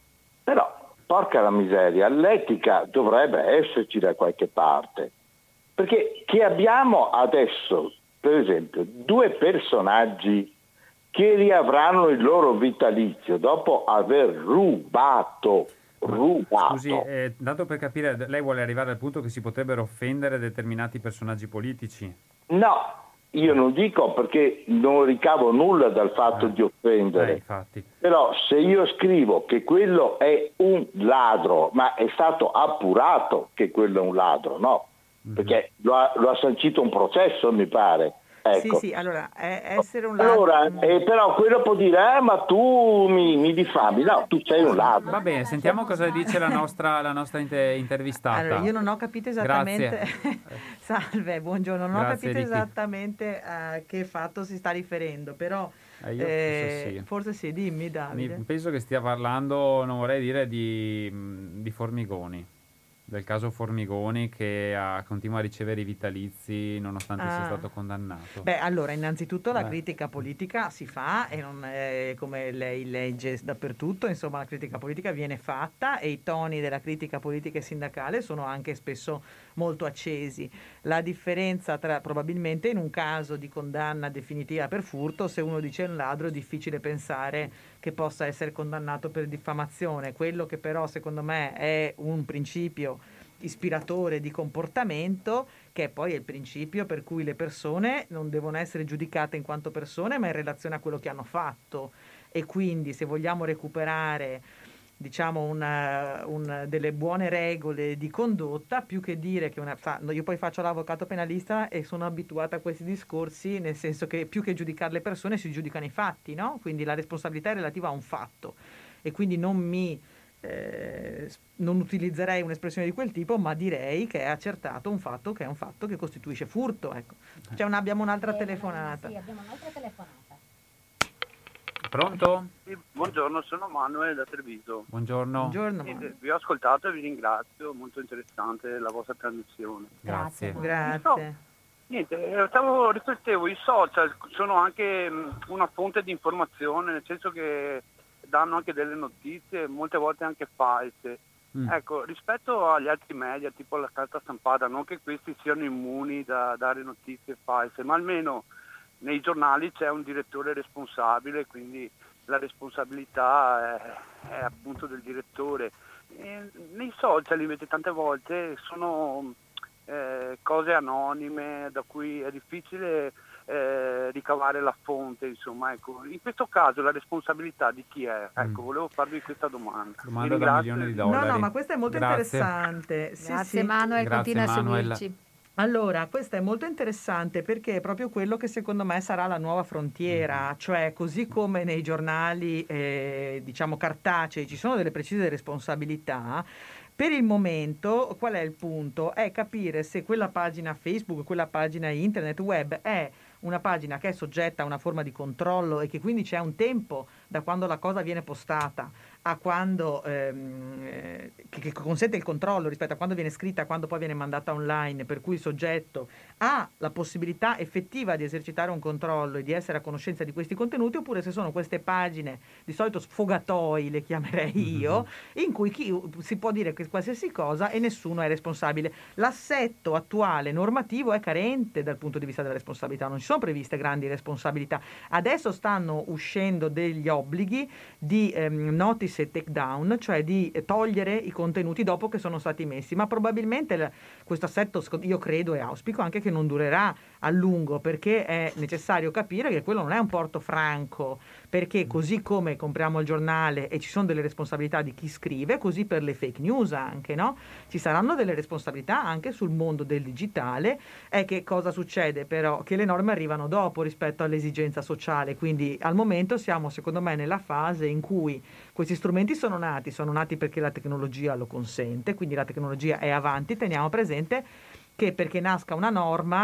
però porca la miseria, l'etica dovrebbe esserci da qualche parte, perché che abbiamo adesso, per esempio, due personaggi che riavranno il loro vitalizio dopo aver rubato, rubato. Scusi, eh, dato per capire, lei vuole arrivare al punto che si potrebbero offendere determinati personaggi politici? No, io non dico, perché non ricavo nulla dal fatto eh, di offendere. Eh, infatti. Però se io scrivo che quello è un ladro, ma è stato appurato che quello è un ladro, no? Mm-hmm. Perché lo ha, lo ha sancito un processo, mi pare. Ecco. Sì, sì, allora, è essere un ladro... Allora, eh, però quello può dire, eh, ma tu mi, mi diffami. No, tu sei un ladro. Va bene, sentiamo cosa dice la nostra, la nostra inter- intervistata. Allora, io non ho capito esattamente... Salve, buongiorno, non Grazie, ho capito Ricky. esattamente a che fatto si sta riferendo, però... Eh, io eh, forse sì. Forse sì, dimmi Davide. Mi, penso che stia parlando, non vorrei dire, di, di Formigoni. Del caso Formigoni, che ha, continua a ricevere i vitalizi nonostante ah. sia stato condannato. Beh, allora, innanzitutto la Beh. critica politica si fa e non è come lei legge dappertutto, insomma la critica politica viene fatta e i toni della critica politica e sindacale sono anche spesso molto accesi. La differenza tra, probabilmente in un caso di condanna definitiva per furto, se uno dice un ladro è difficile pensare che possa essere condannato per diffamazione. Quello che però secondo me è un principio ispiratore di comportamento, che poi è il principio per cui le persone non devono essere giudicate in quanto persone, ma in relazione a quello che hanno fatto. E quindi se vogliamo recuperare, diciamo, una, un, delle buone regole di condotta, più che dire che una... Io poi faccio l'avvocato penalista e sono abituata a questi discorsi, nel senso che più che giudicare le persone si giudicano i fatti, no? Quindi la responsabilità è relativa a un fatto e quindi non mi... Eh, non utilizzerei un'espressione di quel tipo, ma direi che è accertato un fatto che è un fatto che costituisce furto. Ecco. Cioè, un, abbiamo un'altra eh, telefonata. Sì, abbiamo un'altra telefonata. Pronto? Sì, buongiorno, sono Manuel da Treviso. Buongiorno. Buongiorno. Niente, vi ho ascoltato e vi ringrazio, molto interessante la vostra trasmissione. Grazie. Grazie. Niente, stavo, riflettevo, i social sono anche mh, una fonte di informazione, nel senso che danno anche delle notizie, molte volte anche false. Mm. Ecco, rispetto agli altri media, tipo la carta stampata, non che questi siano immuni da dare notizie false, ma almeno nei giornali c'è un direttore responsabile, quindi la responsabilità è, è appunto del direttore. E nei social invece tante volte sono eh, cose anonime da cui è difficile Eh, ricavare la fonte, insomma, ecco. In questo caso la responsabilità di chi è? Ecco, mm. volevo farvi questa domanda. Domanda da milioni di dollari. No, no, ma questa è molto Grazie. interessante. Sì, Grazie sì. Manuel, Grazie, continua Manuel. a seguirci. Allora, questo è molto interessante perché è proprio quello che secondo me sarà la nuova frontiera, cioè così come nei giornali eh, diciamo cartacei ci sono delle precise responsabilità. Per il momento, qual è il punto? È capire se quella pagina Facebook, quella pagina internet, web è una pagina che è soggetta a una forma di controllo e che quindi c'è un tempo da quando la cosa viene postata a quando ehm, che, che consente il controllo rispetto a quando viene scritta, a quando poi viene mandata online, per cui il soggetto ha la possibilità effettiva di esercitare un controllo e di essere a conoscenza di questi contenuti, oppure se sono queste pagine di solito sfogatoi, le chiamerei io, mm-hmm. in cui chi, si può dire che qualsiasi cosa e nessuno è responsabile. L'assetto attuale normativo è carente dal punto di vista della responsabilità, non ci sono previste grandi responsabilità. Adesso stanno uscendo degli obblighi di ehm, notice e takedown, cioè di togliere i contenuti dopo che sono stati messi, ma probabilmente l- questo assetto io credo e auspico anche che non durerà a lungo, perché è necessario capire che quello non è un porto franco, perché così come compriamo il giornale e ci sono delle responsabilità di chi scrive, così per le fake news anche, no? Ci saranno delle responsabilità anche sul mondo del digitale. È che cosa succede però? Che le norme arrivano dopo rispetto all'esigenza sociale, quindi al momento siamo secondo me nella fase in cui questi strumenti sono nati, sono nati perché la tecnologia lo consente, quindi la tecnologia è avanti. Teniamo presente che perché nasca una norma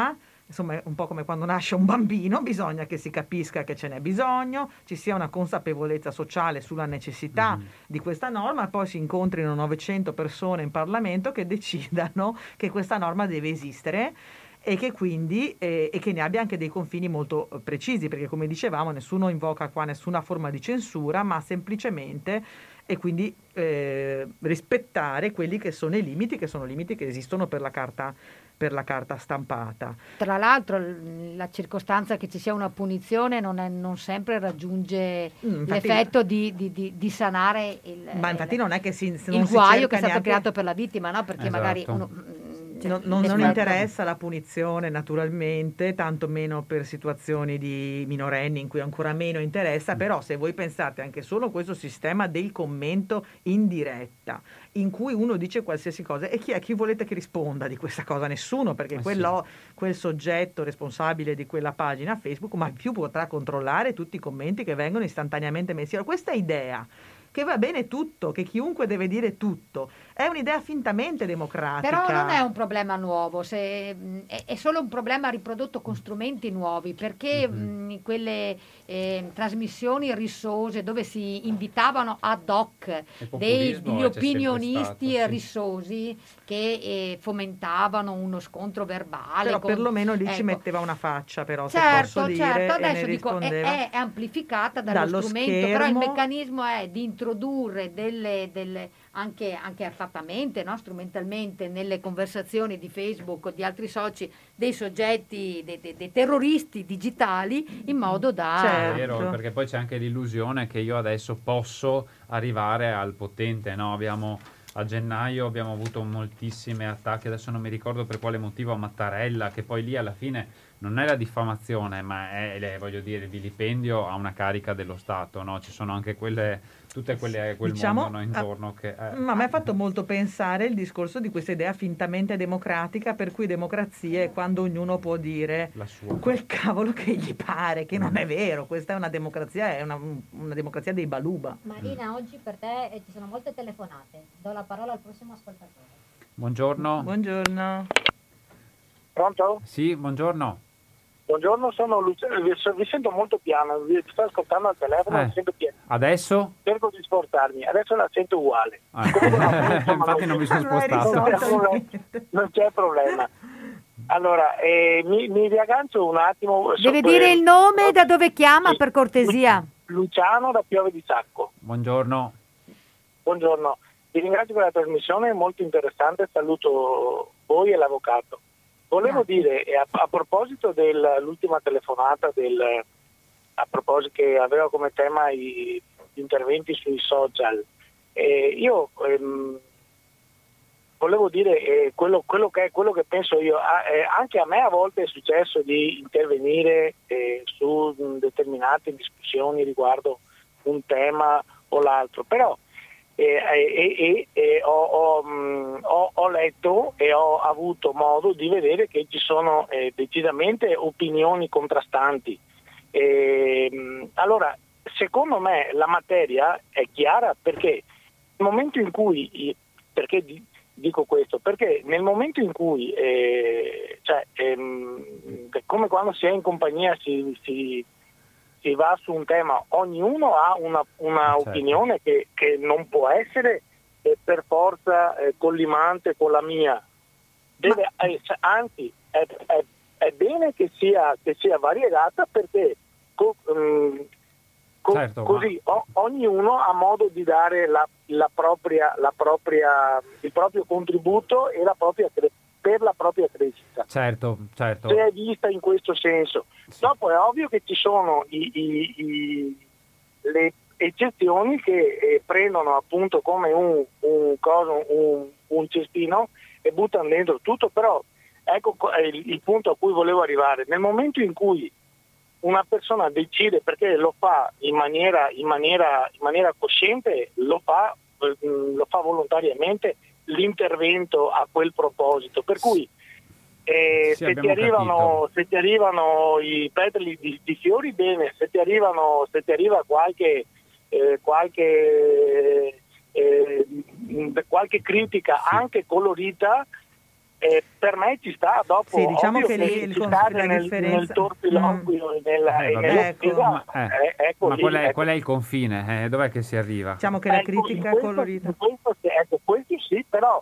insomma è un po' come quando nasce un bambino, bisogna che si capisca che ce n'è bisogno, ci sia una consapevolezza sociale sulla necessità mm. di questa norma, poi si incontrino novecento persone in Parlamento che decidano che questa norma deve esistere e che quindi eh, e che ne abbia anche dei confini molto precisi, perché come dicevamo nessuno invoca qua nessuna forma di censura, ma semplicemente e quindi eh, rispettare quelli che sono i limiti, che sono limiti che esistono per la carta per la carta stampata. Tra l'altro la circostanza che ci sia una punizione non, è, non sempre raggiunge mm, infatti, l'effetto di, di, di, di sanare il, ma infatti il, non è che si, il non guaio si che è stato neanche... creato per la vittima, no? Perché esatto. magari uno, cioè, non, non, non interessa la punizione naturalmente, tanto meno per situazioni di minorenni in cui ancora meno interessa, mm. però se voi pensate anche solo a questo sistema del commento in diretta in cui uno dice qualsiasi cosa e chi è chi volete che risponda di questa cosa? Nessuno, perché eh quello, sì. quel soggetto responsabile di quella pagina Facebook mai più potrà controllare tutti i commenti che vengono istantaneamente messi. Allora, questa idea che va bene tutto, che chiunque deve dire tutto, è un'idea fintamente democratica. Però non è un problema nuovo, se, è, è solo un problema riprodotto con strumenti nuovi, perché mm-hmm. mh, quelle eh, trasmissioni rissose dove si invitavano ad hoc dei, degli opinionisti stato, rissosi sì. che eh, fomentavano uno scontro verbale. Però con, perlomeno lì ecco. ci metteva una faccia, però certo, se posso dire, certo, adesso e dico, è, è amplificata dallo, dallo strumento, schermo. Però il meccanismo è di introdurre delle, delle anche, anche astrattamente, no? strumentalmente nelle conversazioni di Facebook o di altri soci dei soggetti, dei, dei, dei terroristi digitali in modo da... Certo. È vero, perché poi c'è anche l'illusione che io adesso posso arrivare al potente, no? Abbiamo... A gennaio abbiamo avuto moltissimi attacchi, adesso non mi ricordo per quale motivo, a Mattarella, che poi lì alla fine non è la diffamazione, ma è, voglio dire, il vilipendio a una carica dello Stato, no? Ci sono anche quelle, tutte quelle, quel diciamo, mondo no, intorno che... Eh. Ma a me ha fatto molto pensare il discorso di questa idea fintamente democratica, per cui democrazia è quando ognuno può dire la sua. Quel cavolo che gli pare, che non è vero, questa è una democrazia, è una, una democrazia dei baluba. Marina, oggi per te eh, ci sono molte telefonate, do la parola al prossimo ascoltatore. Buongiorno. Buongiorno. Pronto? Sì, buongiorno. Buongiorno, sono Luciano, vi, vi sento molto piano, vi sto ascoltando al telefono, eh. mi sento piano. Adesso? Cerco di spostarmi, adesso la sento uguale. Ah. Comunque, insomma, infatti non mi sono spostato. Non c'è problema. Non c'è problema. Allora, eh, mi, mi riaggancio un attimo. Deve dire quel... il nome, da dove chiama, sì. per cortesia. Luciano da Piove di Sacco. Buongiorno. Buongiorno, vi ringrazio per la trasmissione, è molto interessante, saluto voi e l'avvocato. Volevo Grazie. dire, a, a proposito dell'ultima telefonata, del, a proposito che aveva come tema i, gli interventi sui social, eh, io ehm, volevo dire eh, quello, quello, che, quello che penso io, eh, anche a me a volte è successo di intervenire eh, su determinate discussioni riguardo un tema o l'altro, però E, e, e, e ho, ho, mh, ho, ho letto e ho avuto modo di vedere che ci sono eh, decisamente opinioni contrastanti. E, mh, allora, secondo me la materia è chiara, perché nel momento in cui, perché di, dico questo, perché nel momento in cui, eh, cioè, ehm, come quando si è in compagnia si, si si va su un tema, ognuno ha una, una certo. opinione che, che non può essere eh, per forza eh, collimante con la mia. Deve, Ma... eh, anzi, è, è, è bene che sia, che sia variegata, perché co, um, co, certo, così ma... o, ognuno ha modo di dare la, la propria, la propria, il proprio contributo e la propria cre- per la propria crescita. Certo, certo. Se è vista in questo senso. Sì. Dopo è ovvio che ci sono i, i, i, le eccezioni che eh, prendono appunto come un, un, coso, un, un cestino e buttano dentro tutto, però ecco il, il punto a cui volevo arrivare. Nel momento in cui una persona decide, perché lo fa in maniera, in maniera, in maniera cosciente, lo fa, eh, lo fa volontariamente, l'intervento a quel proposito, per cui eh, sì, se, ti arrivano, se ti arrivano i petali di, di fiori, bene, se ti arrivano se ti arriva qualche eh, qualche eh, qualche critica anche colorita, Eh, per me ci sta, dopo sì, diciamo che, che lì il ci con- sta la nel, differenza nel torpiloquio mm. e nella, Eh, e vabbè. nell'offesa, Ma, eh, eh, ecco ma lì, qual, è, ecco. qual è il confine? Eh, dov'è che si arriva? Diciamo che la Ecco, critica in questo, colorita in questo, sì, ecco, questo sì, però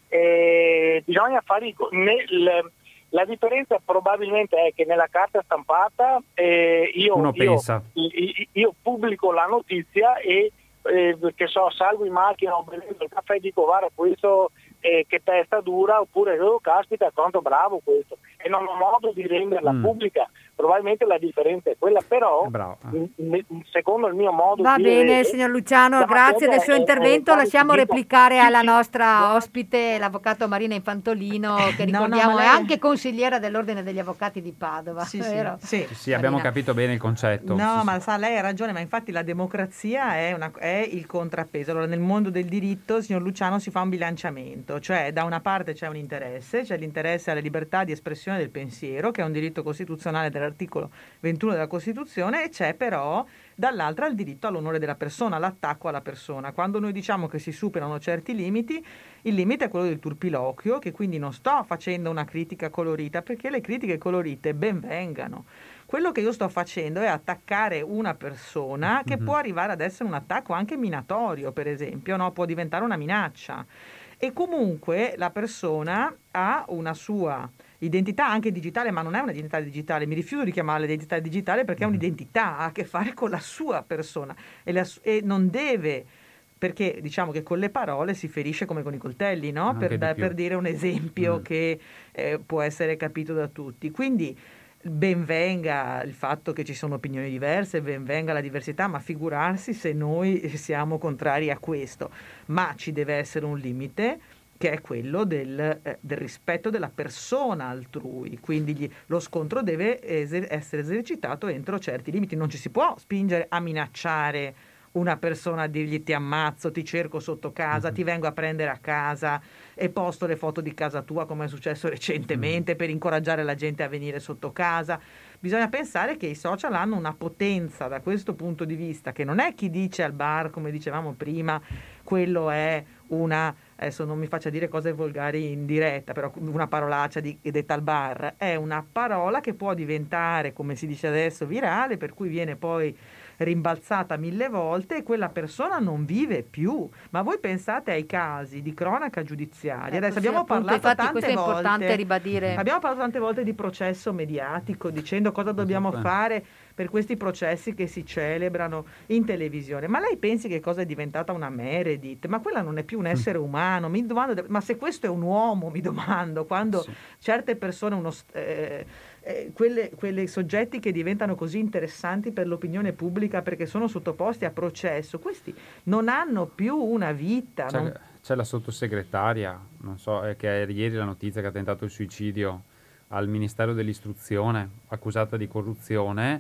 eh, bisogna fare i co- nel, la differenza probabilmente è che nella carta stampata eh, io, Uno io, pensa. io, io pubblico la notizia e eh, che so, salgo in macchina o bevendo il caffè e dico guarda questo eh, che testa dura, oppure oh, caspita quanto bravo questo, e non ho modo di renderla Mm. pubblica. Probabilmente la differenza è quella, però Bravo. m- m- secondo il mio modo Va di bene, vedere, signor Luciano, la grazie del suo materia è- intervento. è- Lasciamo dico- replicare sì, alla sì, nostra guarda- ospite, l'avvocato Marina Infantolino, che No, no, ricordiamo ma è lei- anche consigliera dell'Ordine degli Avvocati di Padova. sì, sì, vero? sì. Sì, sì, abbiamo Marina. capito bene il concetto. No, Sì, ma sì. sa, lei ha ragione, ma infatti la democrazia è, una- è il contrappeso. Allora, nel mondo del diritto, signor Luciano, si fa un bilanciamento, cioè da una parte c'è un interesse, c'è l'interesse alla libertà di espressione del pensiero, che è un diritto costituzionale dell'articolo ventuno della Costituzione, e c'è però dall'altra il diritto all'onore della persona, l'attacco alla persona. Quando noi diciamo che si superano certi limiti, il limite è quello del turpiloquio, che quindi non sto facendo una critica colorita, perché le critiche colorite ben vengano. Quello che io sto facendo è attaccare una persona che Mhm. può arrivare ad essere un attacco anche minatorio, per esempio, no? Può diventare una minaccia. E comunque la persona ha una sua identità anche digitale, ma non è un'identità digitale, mi rifiuto di chiamarla identità digitale perché è un'identità, ha a che fare con la sua persona e, la su- e non deve, perché diciamo che con le parole si ferisce come con i coltelli, no? Anche Per, di da- più. per dire un esempio Mm. che eh, può essere capito da tutti. Quindi ben venga il fatto che ci sono opinioni diverse, ben venga la diversità, ma figurarsi se noi siamo contrari a questo. Ma ci deve essere un limite, che è quello del, eh, del rispetto della persona altrui, quindi gli- lo scontro deve eser- essere esercitato entro certi limiti, non ci si può spingere a minacciare una persona, a dirgli ti ammazzo, ti cerco sotto casa, Mhm. ti vengo a prendere a casa e posto le foto di casa tua come è successo recentemente per incoraggiare la gente a venire sotto casa. Bisogna pensare che i social hanno una potenza da questo punto di vista, che non è chi dice al bar, come dicevamo prima, quello è una, adesso non mi faccia dire cose volgari in diretta, però una parolaccia di, detta al bar, è una parola che può diventare, come si dice adesso, virale, per cui viene poi rimbalzata mille volte e quella persona non vive più. Ma voi pensate ai casi di cronaca giudiziaria. Ecco, Adesso sì, abbiamo appunto, parlato infatti tante questo è importante volte, ribadire. abbiamo parlato tante volte di processo mediatico, dicendo cosa dobbiamo Esatto. fare per questi processi che si celebrano in televisione. Ma lei pensi che cosa è diventata una Meredith? Ma quella non è più un essere umano. Mi domando, ma se questo è un uomo, mi domando, quando Sì. certe persone, uno, st- eh, eh, quelle, quelle soggetti che diventano così interessanti per l'opinione pubblica perché sono sottoposti a processo, questi non hanno più una vita. C'è, non- c'è la sottosegretaria, non so, eh, che è ieri la notizia che ha tentato il suicidio al Ministero dell'Istruzione, accusata di corruzione,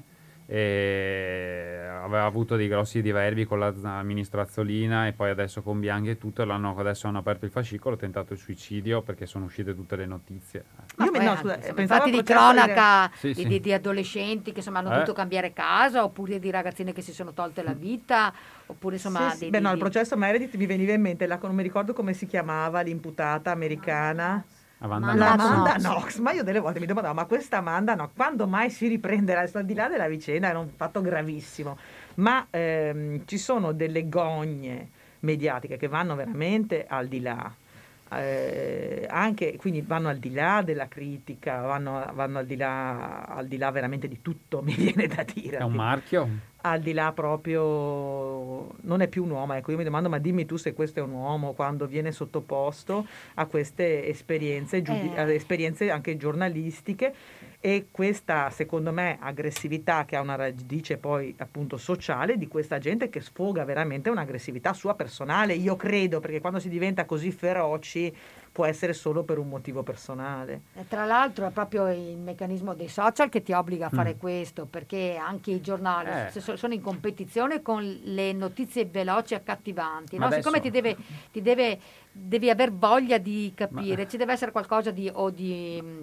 e aveva avuto dei grossi diverbi con la z- ministra Azzolina e poi adesso con Bianchi e tutto, l'hanno, adesso hanno aperto il fascicolo, ha tentato il suicidio perché sono uscite tutte le notizie. Ma Io mi- poi no, anche, scusa, insomma, pensavo infatti al di processo cronaca Sì, di, sì. di- di adolescenti che insomma hanno Eh? dovuto cambiare casa, oppure di ragazzine che si sono tolte la vita, oppure insomma Sì, sì. di- Beh, di- no, il di- processo Meredith mi veniva in mente, la, non mi ricordo come si chiamava l'imputata americana. Amanda Amanda La Knox. Amanda Knox. Knox, ma io delle volte mi domandavo, ma questa Amanda Knox, quando mai si riprenderà? Al di là della vicenda, era un fatto gravissimo, ma ehm, ci sono delle gogne mediatiche che vanno veramente al di là. Eh, anche quindi vanno al di là della critica, vanno, vanno al di là, al di là veramente di tutto, mi viene da dire. È un marchio? Al di là proprio non è più un uomo, ecco, io mi domando, ma dimmi tu se questo è un uomo quando viene sottoposto a queste esperienze, giudi- Eh. a esperienze anche giornalistiche, e questa secondo me aggressività che ha una radice poi appunto sociale di questa gente che sfoga veramente un'aggressività sua personale, io credo, perché quando si diventa così feroci può essere solo per un motivo personale. E tra l'altro è proprio il meccanismo dei social che ti obbliga a fare Mm. questo, perché anche i giornali Eh. se- sono in competizione con le notizie veloci e accattivanti, Ma no? Siccome adesso- ti deve, ti deve, devi aver voglia di capire, ci deve essere qualcosa di, o di,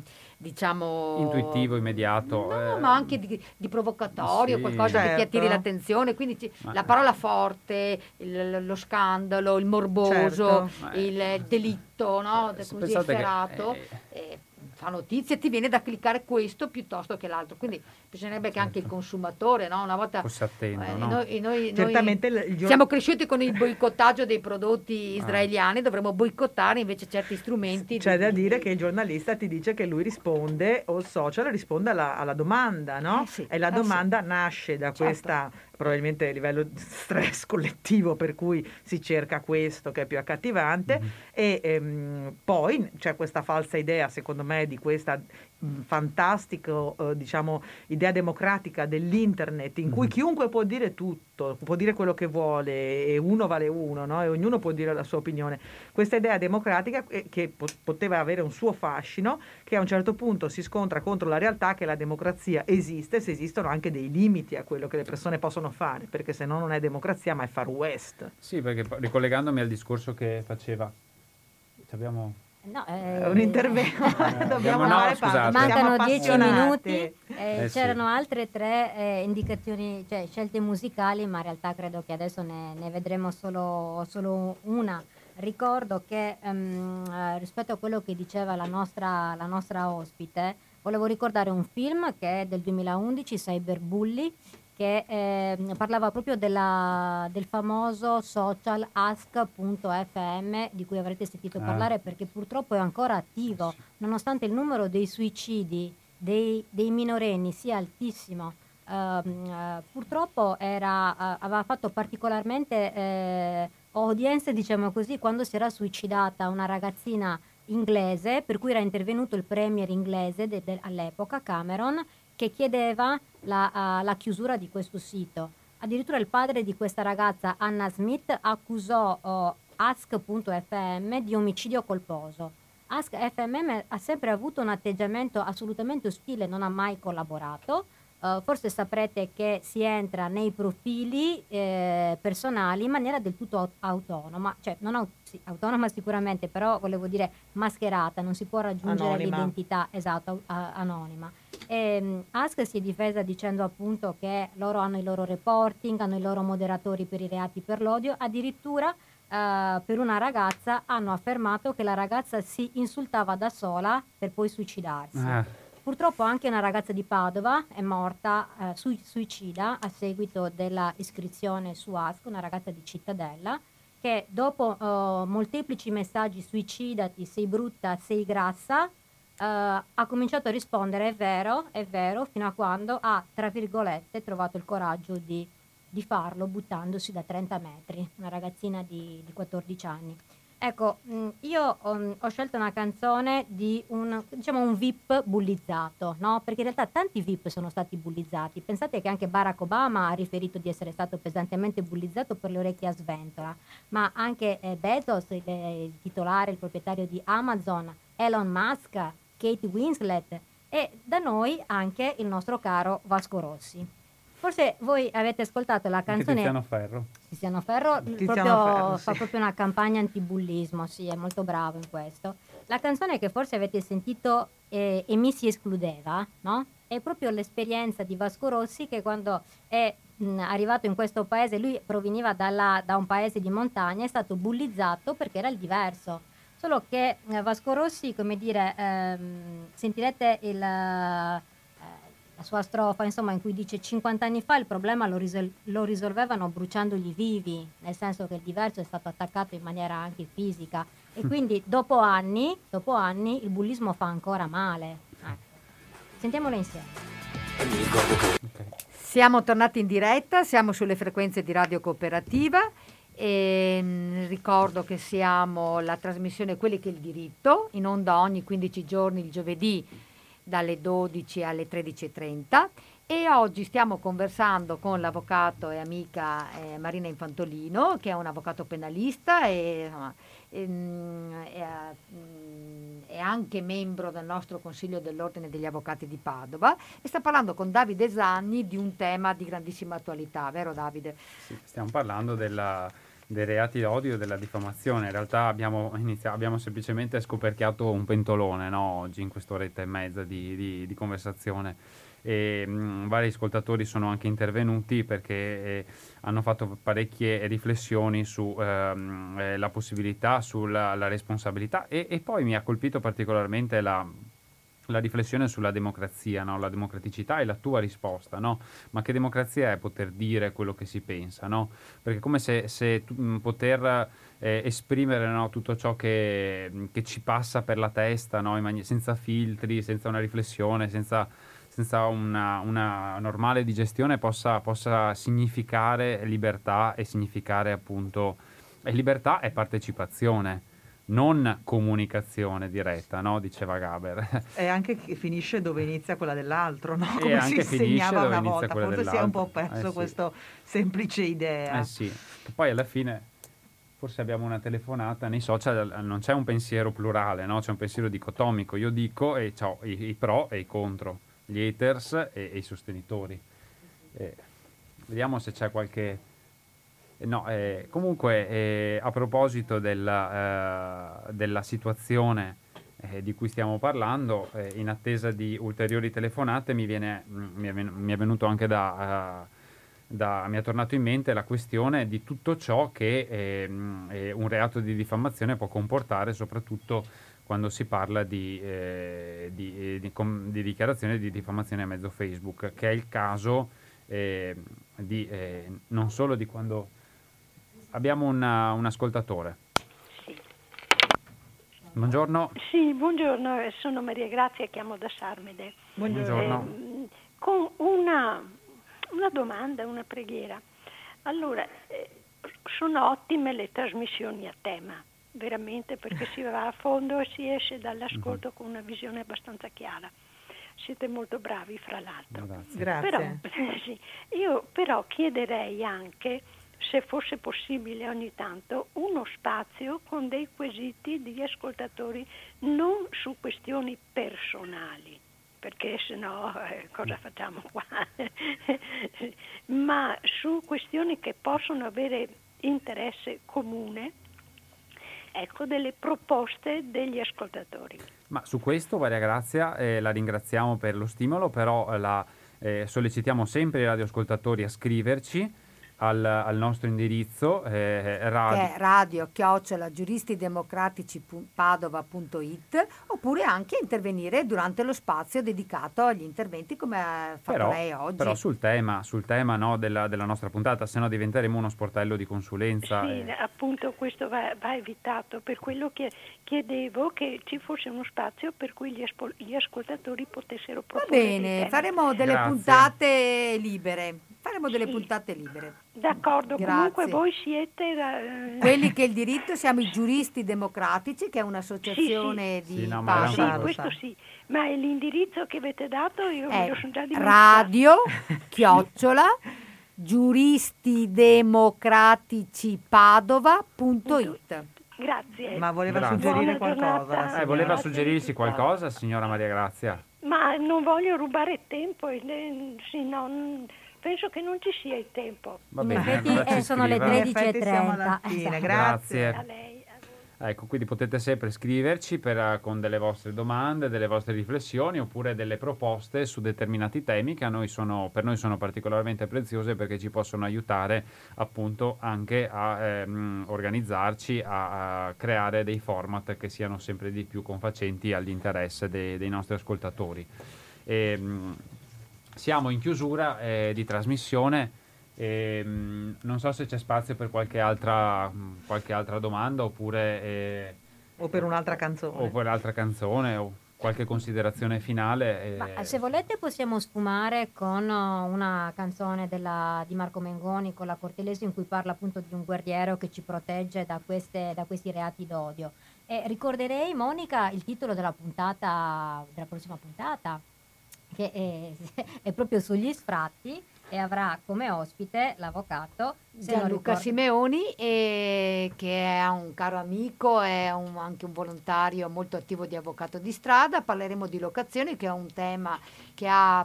diciamo intuitivo, immediato, no, eh, ma anche di, di provocatorio, sì, qualcosa che ti certo. attiri l'attenzione, quindi ci- Ma- la parola forte, il- lo scandalo, il morboso, Certo. Ma- il delitto, no? Eh, Così pensate che, efferato, eh, eh, fa notizia, ti viene da cliccare questo piuttosto che l'altro, quindi bisognerebbe che anche il consumatore, no? Una volta fosse attento, eh, no? noi, noi- Certamente noi il- il gior- siamo cresciuti con il boicottaggio dei prodotti Ah. israeliani, dovremmo boicottare invece certi strumenti. C'è di- da di- dire che il giornalista ti dice che lui risponde, o il social risponde alla, alla domanda, no? Eh sì, E la eh domanda nasce da Certo. questa, probabilmente a livello di stress collettivo, per cui si cerca questo che è più accattivante, Mhm. e ehm, poi c'è questa falsa idea, secondo me, di questa mh, fantastico, eh, diciamo, idea democratica dell'internet, in cui Mhm. chiunque può dire tutto, può dire quello che vuole, e uno vale uno, no? E ognuno può dire la sua opinione. Questa idea democratica eh, che po- poteva avere un suo fascino, che a un certo punto si scontra contro la realtà che la democrazia esiste, se esistono anche dei limiti a quello che le persone possono fare, perché se no non è democrazia ma è far west. Sì, perché poi, ricollegandomi al discorso che faceva, abbiamo... No, È un intervento, dobbiamo abbiamo- no, fare scusate. parte, siamo Mancano dieci appassionati. minuti, eh, Eh sì. c'erano altre tre eh, indicazioni, cioè scelte musicali, ma in realtà credo che adesso ne, ne vedremo solo, solo una. Ricordo che ehm, eh, rispetto a quello che diceva la nostra, la nostra ospite, volevo ricordare un film che è del duemilaundici, Cyberbully, che eh, parlava proprio della, del famoso social ask punto effe emme di cui avrete sentito Ah. parlare, perché purtroppo è ancora attivo, nonostante il numero dei suicidi dei, dei minorenni sia altissimo. Ehm, eh, purtroppo era, eh, aveva fatto particolarmente eh, audience, diciamo così, quando si era suicidata una ragazzina inglese, per cui era intervenuto il premier inglese de- de- all'epoca, Cameron, che chiedeva la, uh, la chiusura di questo sito. Addirittura il padre di questa ragazza, Anna Smith, accusò uh, ask punto effe emme di omicidio colposo. ask punto effe emme ha sempre avuto un atteggiamento assolutamente ostile, non ha mai collaborato. Uh, forse saprete che si entra nei profili eh, personali in maniera del tutto aut- autonoma, cioè non au- sì, autonoma sicuramente, però volevo dire mascherata, non si può raggiungere Anonima. l'identità, esatto, au- a- anonima. E, um, Ask si è difesa dicendo appunto che loro hanno i loro reporting, hanno i loro moderatori per i reati per l'odio, addirittura uh, per una ragazza hanno affermato che la ragazza si insultava da sola per poi suicidarsi. Ah, Purtroppo anche una ragazza di Padova è morta eh, sui- suicida a seguito della iscrizione su Ask, una ragazza di Cittadella, che dopo eh, molteplici messaggi suicidati, sei brutta, sei grassa, eh, ha cominciato a rispondere è vero, è vero, fino a quando ha, tra virgolette, trovato il coraggio di, di farlo buttandosi da trenta metri, una ragazzina di, di quattordici anni. Ecco, mh, io um, ho scelto una canzone di un, diciamo, un V I P bullizzato, no? Perché in realtà tanti V I P sono stati bullizzati. Pensate che anche Barack Obama ha riferito di essere stato pesantemente bullizzato per le orecchie a sventola, ma anche eh, Bezos, il, il titolare, il proprietario di Amazon, Elon Musk, Kate Winslet e da noi anche il nostro caro Vasco Rossi. Forse voi avete ascoltato la anche canzone Tiziano Ferro. Tiziano Ferro, Tiziano proprio, Ferro, fa sì. proprio una campagna antibullismo, sì, è molto bravo in questo. La canzone che forse avete sentito eh, e mi si escludeva, no? È proprio l'esperienza di Vasco Rossi che quando è mh, arrivato in questo paese, lui proveniva dalla- da un paese di montagna, è stato bullizzato perché era il diverso. Solo che eh, Vasco Rossi, come dire, ehm, sentirete il... eh, la sua strofa, insomma, in cui dice cinquanta anni fa il problema lo, risol- lo risolvevano bruciandoli vivi, nel senso che il diverso è stato attaccato in maniera anche fisica e quindi dopo anni, dopo anni il bullismo fa ancora male. Ecco. Sentiamolo insieme. Siamo tornati in diretta, siamo sulle frequenze di Radio Cooperativa e mh, ricordo che siamo la trasmissione Quelli che è il diritto, in onda ogni quindici giorni il giovedì dalle dodici alle tredici e trenta e oggi stiamo conversando con l'avvocato e amica eh, Marina Infantolino, che è un avvocato penalista e, insomma, ehm, è, mm, è anche membro del nostro Consiglio dell'Ordine degli Avvocati di Padova e sta parlando con Davide Zanni di un tema di grandissima attualità, vero Davide? Sì, stiamo parlando della, dei reati d'odio e della diffamazione. In realtà abbiamo, inizia- abbiamo semplicemente scoperchiato un pentolone, no, oggi in quest'oretta e mezza di, di- di conversazione. E mh, vari ascoltatori sono anche intervenuti perché eh, hanno fatto parecchie riflessioni su ehm, eh, la possibilità, sulla la responsabilità e, e poi mi ha colpito particolarmente la la riflessione sulla democrazia, no? La democraticità e la tua risposta, no? Ma che democrazia è poter dire quello che si pensa, no? Perché è come se, se tu, mh, poter eh, esprimere, no, tutto ciò che, che ci passa per la testa, no? In mani- senza filtri, senza una riflessione, senza, senza una, una normale digestione possa, possa significare libertà e significare appunto... E libertà è partecipazione, non comunicazione diretta, no? Diceva Gaber. E anche che finisce dove inizia quella dell'altro, no? E Come si anche finisce insegnava dove una inizia volta, quella forse si è un po' dell'altro. perso Eh sì. questa semplice idea. Eh sì, che poi alla fine forse abbiamo una telefonata, nei social non c'è un pensiero plurale, no? C'è un pensiero dicotomico, io dico e c'ho i, i pro e i contro, gli haters e, e i sostenitori. Eh, vediamo se c'è qualche... No, eh, comunque eh, a proposito della, eh, della situazione eh, di cui stiamo parlando, eh, in attesa di ulteriori telefonate mi, viene, mh, mi, è, ven- mi è venuto anche da, uh, da... mi è tornato in mente la questione di tutto ciò che eh, mh, eh, un reato di diffamazione può comportare, soprattutto quando si parla di, eh, di, di, com- di dichiarazione di diffamazione a mezzo Facebook, che è il caso eh, di, eh, non solo di quando... Abbiamo una- un ascoltatore. Sì. Buongiorno. Sì, buongiorno, eh, sono Maria Grazia, chiamo da Sarmede. Buongiorno. Eh, con una, una domanda, una preghiera. Allora, eh, sono ottime le trasmissioni a tema, veramente, perché si va a fondo e si esce dall'ascolto con una visione abbastanza chiara. Siete molto bravi, fra l'altro. Grazie. Grazie. Però, sì, io però chiederei anche, se fosse possibile ogni tanto, uno spazio con dei quesiti degli ascoltatori non su questioni personali, perché sennò eh, cosa facciamo qua? Ma su questioni che possono avere interesse comune, ecco, delle proposte degli ascoltatori. Ma su questo, Maria Grazia, eh, la ringraziamo per lo stimolo, però eh, la eh, sollecitiamo sempre i radioascoltatori a scriverci al, al nostro indirizzo eh, radio. Che è radio chiocciola giuristidemocratici padova punto it, oppure anche intervenire durante lo spazio dedicato agli interventi come ha fatto Però, lei oggi. però sul tema, sul tema no, della, della nostra puntata, se no diventeremo uno sportello di consulenza. Sì, e... appunto questo va, va evitato, per quello che chiedevo che ci fosse uno spazio per cui gli, aspo- gli ascoltatori potessero Va proporre dei bene, temi. faremo delle Grazie. puntate libere. Faremo delle Sì. puntate libere. D'accordo, Grazie. comunque voi siete... eh, Quelli che il diritto siamo i giuristi democratici, che è un'associazione Sì, di sì, no, ma era Sì, Padova. un- questo sì, ma è l'indirizzo che avete dato io me È lo sono già dimenticato. radio chiocciola giuristidemocratici padova punto it. Grazie. Ma voleva Grazie. suggerire Buona qualcosa? giornata. la Eh, voleva signora? suggerirci qualcosa, signora Maria Grazia? Ma non voglio rubare tempo, e le- sì, non- penso che non ci sia il tempo. Va In bene, effetti, allora ci eh, sono le scriva. In tredici e effetti siamo alla trenta. fine, Esatto. grazie. A lei. a voi. Ecco, quindi potete sempre scriverci per, eh, con delle vostre domande, delle vostre riflessioni oppure delle proposte su determinati temi che a noi sono, per noi sono particolarmente preziose perché ci possono aiutare appunto anche a ehm, organizzarci, a, a creare dei format che siano sempre di più confacenti all'interesse dei, dei nostri ascoltatori. E, mh, siamo in chiusura eh, di trasmissione. E, mh, non so se c'è spazio per qualche altra, mh, qualche altra domanda oppure eh, O per un'altra canzone. o per l'altra canzone o qualche considerazione finale. eh, Ma se volete possiamo sfumare con uh, una canzone della- di Marco Mengoni, con la Cortelesi, in cui parla appunto di un guerriero che ci protegge da, queste- da questi reati d'odio. E ricorderei, Monica, il titolo della puntata, della prossima puntata, che è, è proprio sugli sfratti, e avrà come ospite l'avvocato Gianluca Simeoni, e che è un caro amico, è un, anche un volontario molto attivo di Avvocato di Strada. Parleremo di locazione, che è un tema che ha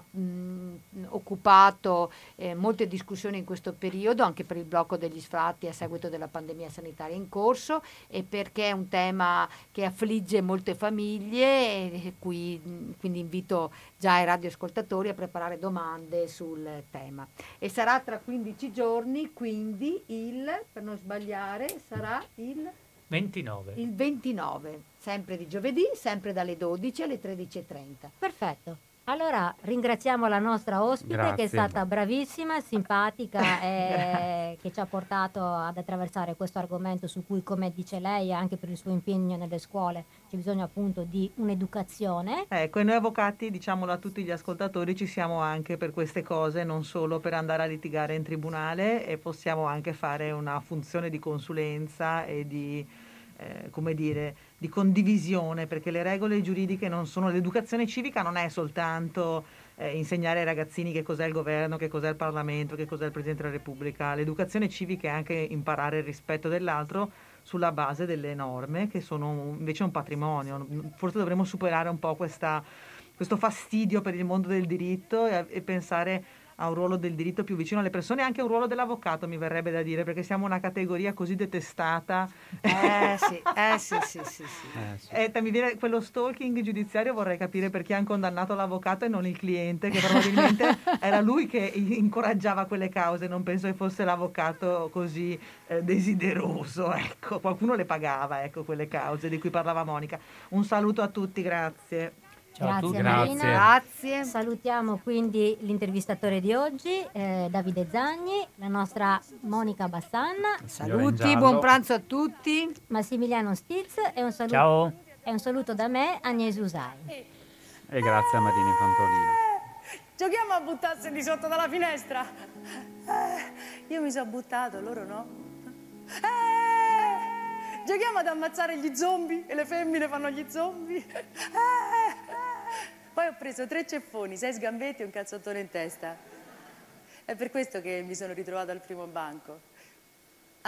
mh, occupato eh, molte discussioni in questo periodo, anche per il blocco degli sfratti a seguito della pandemia sanitaria in corso, e perché è un tema che affligge molte famiglie, e cui, quindi invito già i radioascoltatori a preparare domande sul tema. E sarà tra quindici giorni, quindi il, per non sbagliare, sarà il ventinove. Il ventinove, sempre di giovedì, sempre dalle dodici alle tredici e trenta. Perfetto. Allora ringraziamo la nostra ospite, Grazie. che è stata bravissima, simpatica e che ci ha portato ad attraversare questo argomento su cui, come dice lei, anche per il suo impegno nelle scuole c'è bisogno appunto di un'educazione. Ecco, e noi avvocati, diciamolo a tutti gli ascoltatori, ci siamo anche per queste cose, non solo per andare a litigare in tribunale, e possiamo anche fare una funzione di consulenza e di, eh, come dire, di condivisione, perché le regole giuridiche non sono, l'educazione civica non è soltanto eh, insegnare ai ragazzini che cos'è il governo, che cos'è il Parlamento, che cos'è il Presidente della Repubblica. L'educazione civica è anche imparare il rispetto dell'altro sulla base delle norme, che sono invece un patrimonio. Forse dovremmo superare un po' questa, questo fastidio per il mondo del diritto e, e pensare a un ruolo del diritto più vicino alle persone, e anche un ruolo dell'avvocato, mi verrebbe da dire, perché siamo una categoria così detestata. Eh sì, eh sì, sì, sì, sì. Eh, sì. Eh, mi viene quello stalking giudiziario, vorrei capire perché hanno condannato l'avvocato e non il cliente, che probabilmente era lui che incoraggiava quelle cause, non penso che fosse l'avvocato così eh, desideroso, ecco, qualcuno le pagava, ecco, quelle cause di cui parlava Monica. Un saluto a tutti, grazie. Ciao a Grazie tutti. Marina. Grazie. Salutiamo quindi l'intervistatore di oggi, eh, Davide Zagni, la nostra Monica Bassanna, Saluti, buon pranzo a tutti. Massimiliano Stiz e un saluto, Ciao. e un saluto da me, Agnese Usai. E grazie a Marini Fantolino. Giochiamo a buttarsi di sotto dalla finestra. Eh, io mi sono buttato, loro no. Eh, giochiamo ad ammazzare gli zombie e le femmine fanno gli zombie. Eh, poi ho preso tre ceffoni, sei sgambetti e un calzottone in testa. È per questo che mi sono ritrovato al primo banco.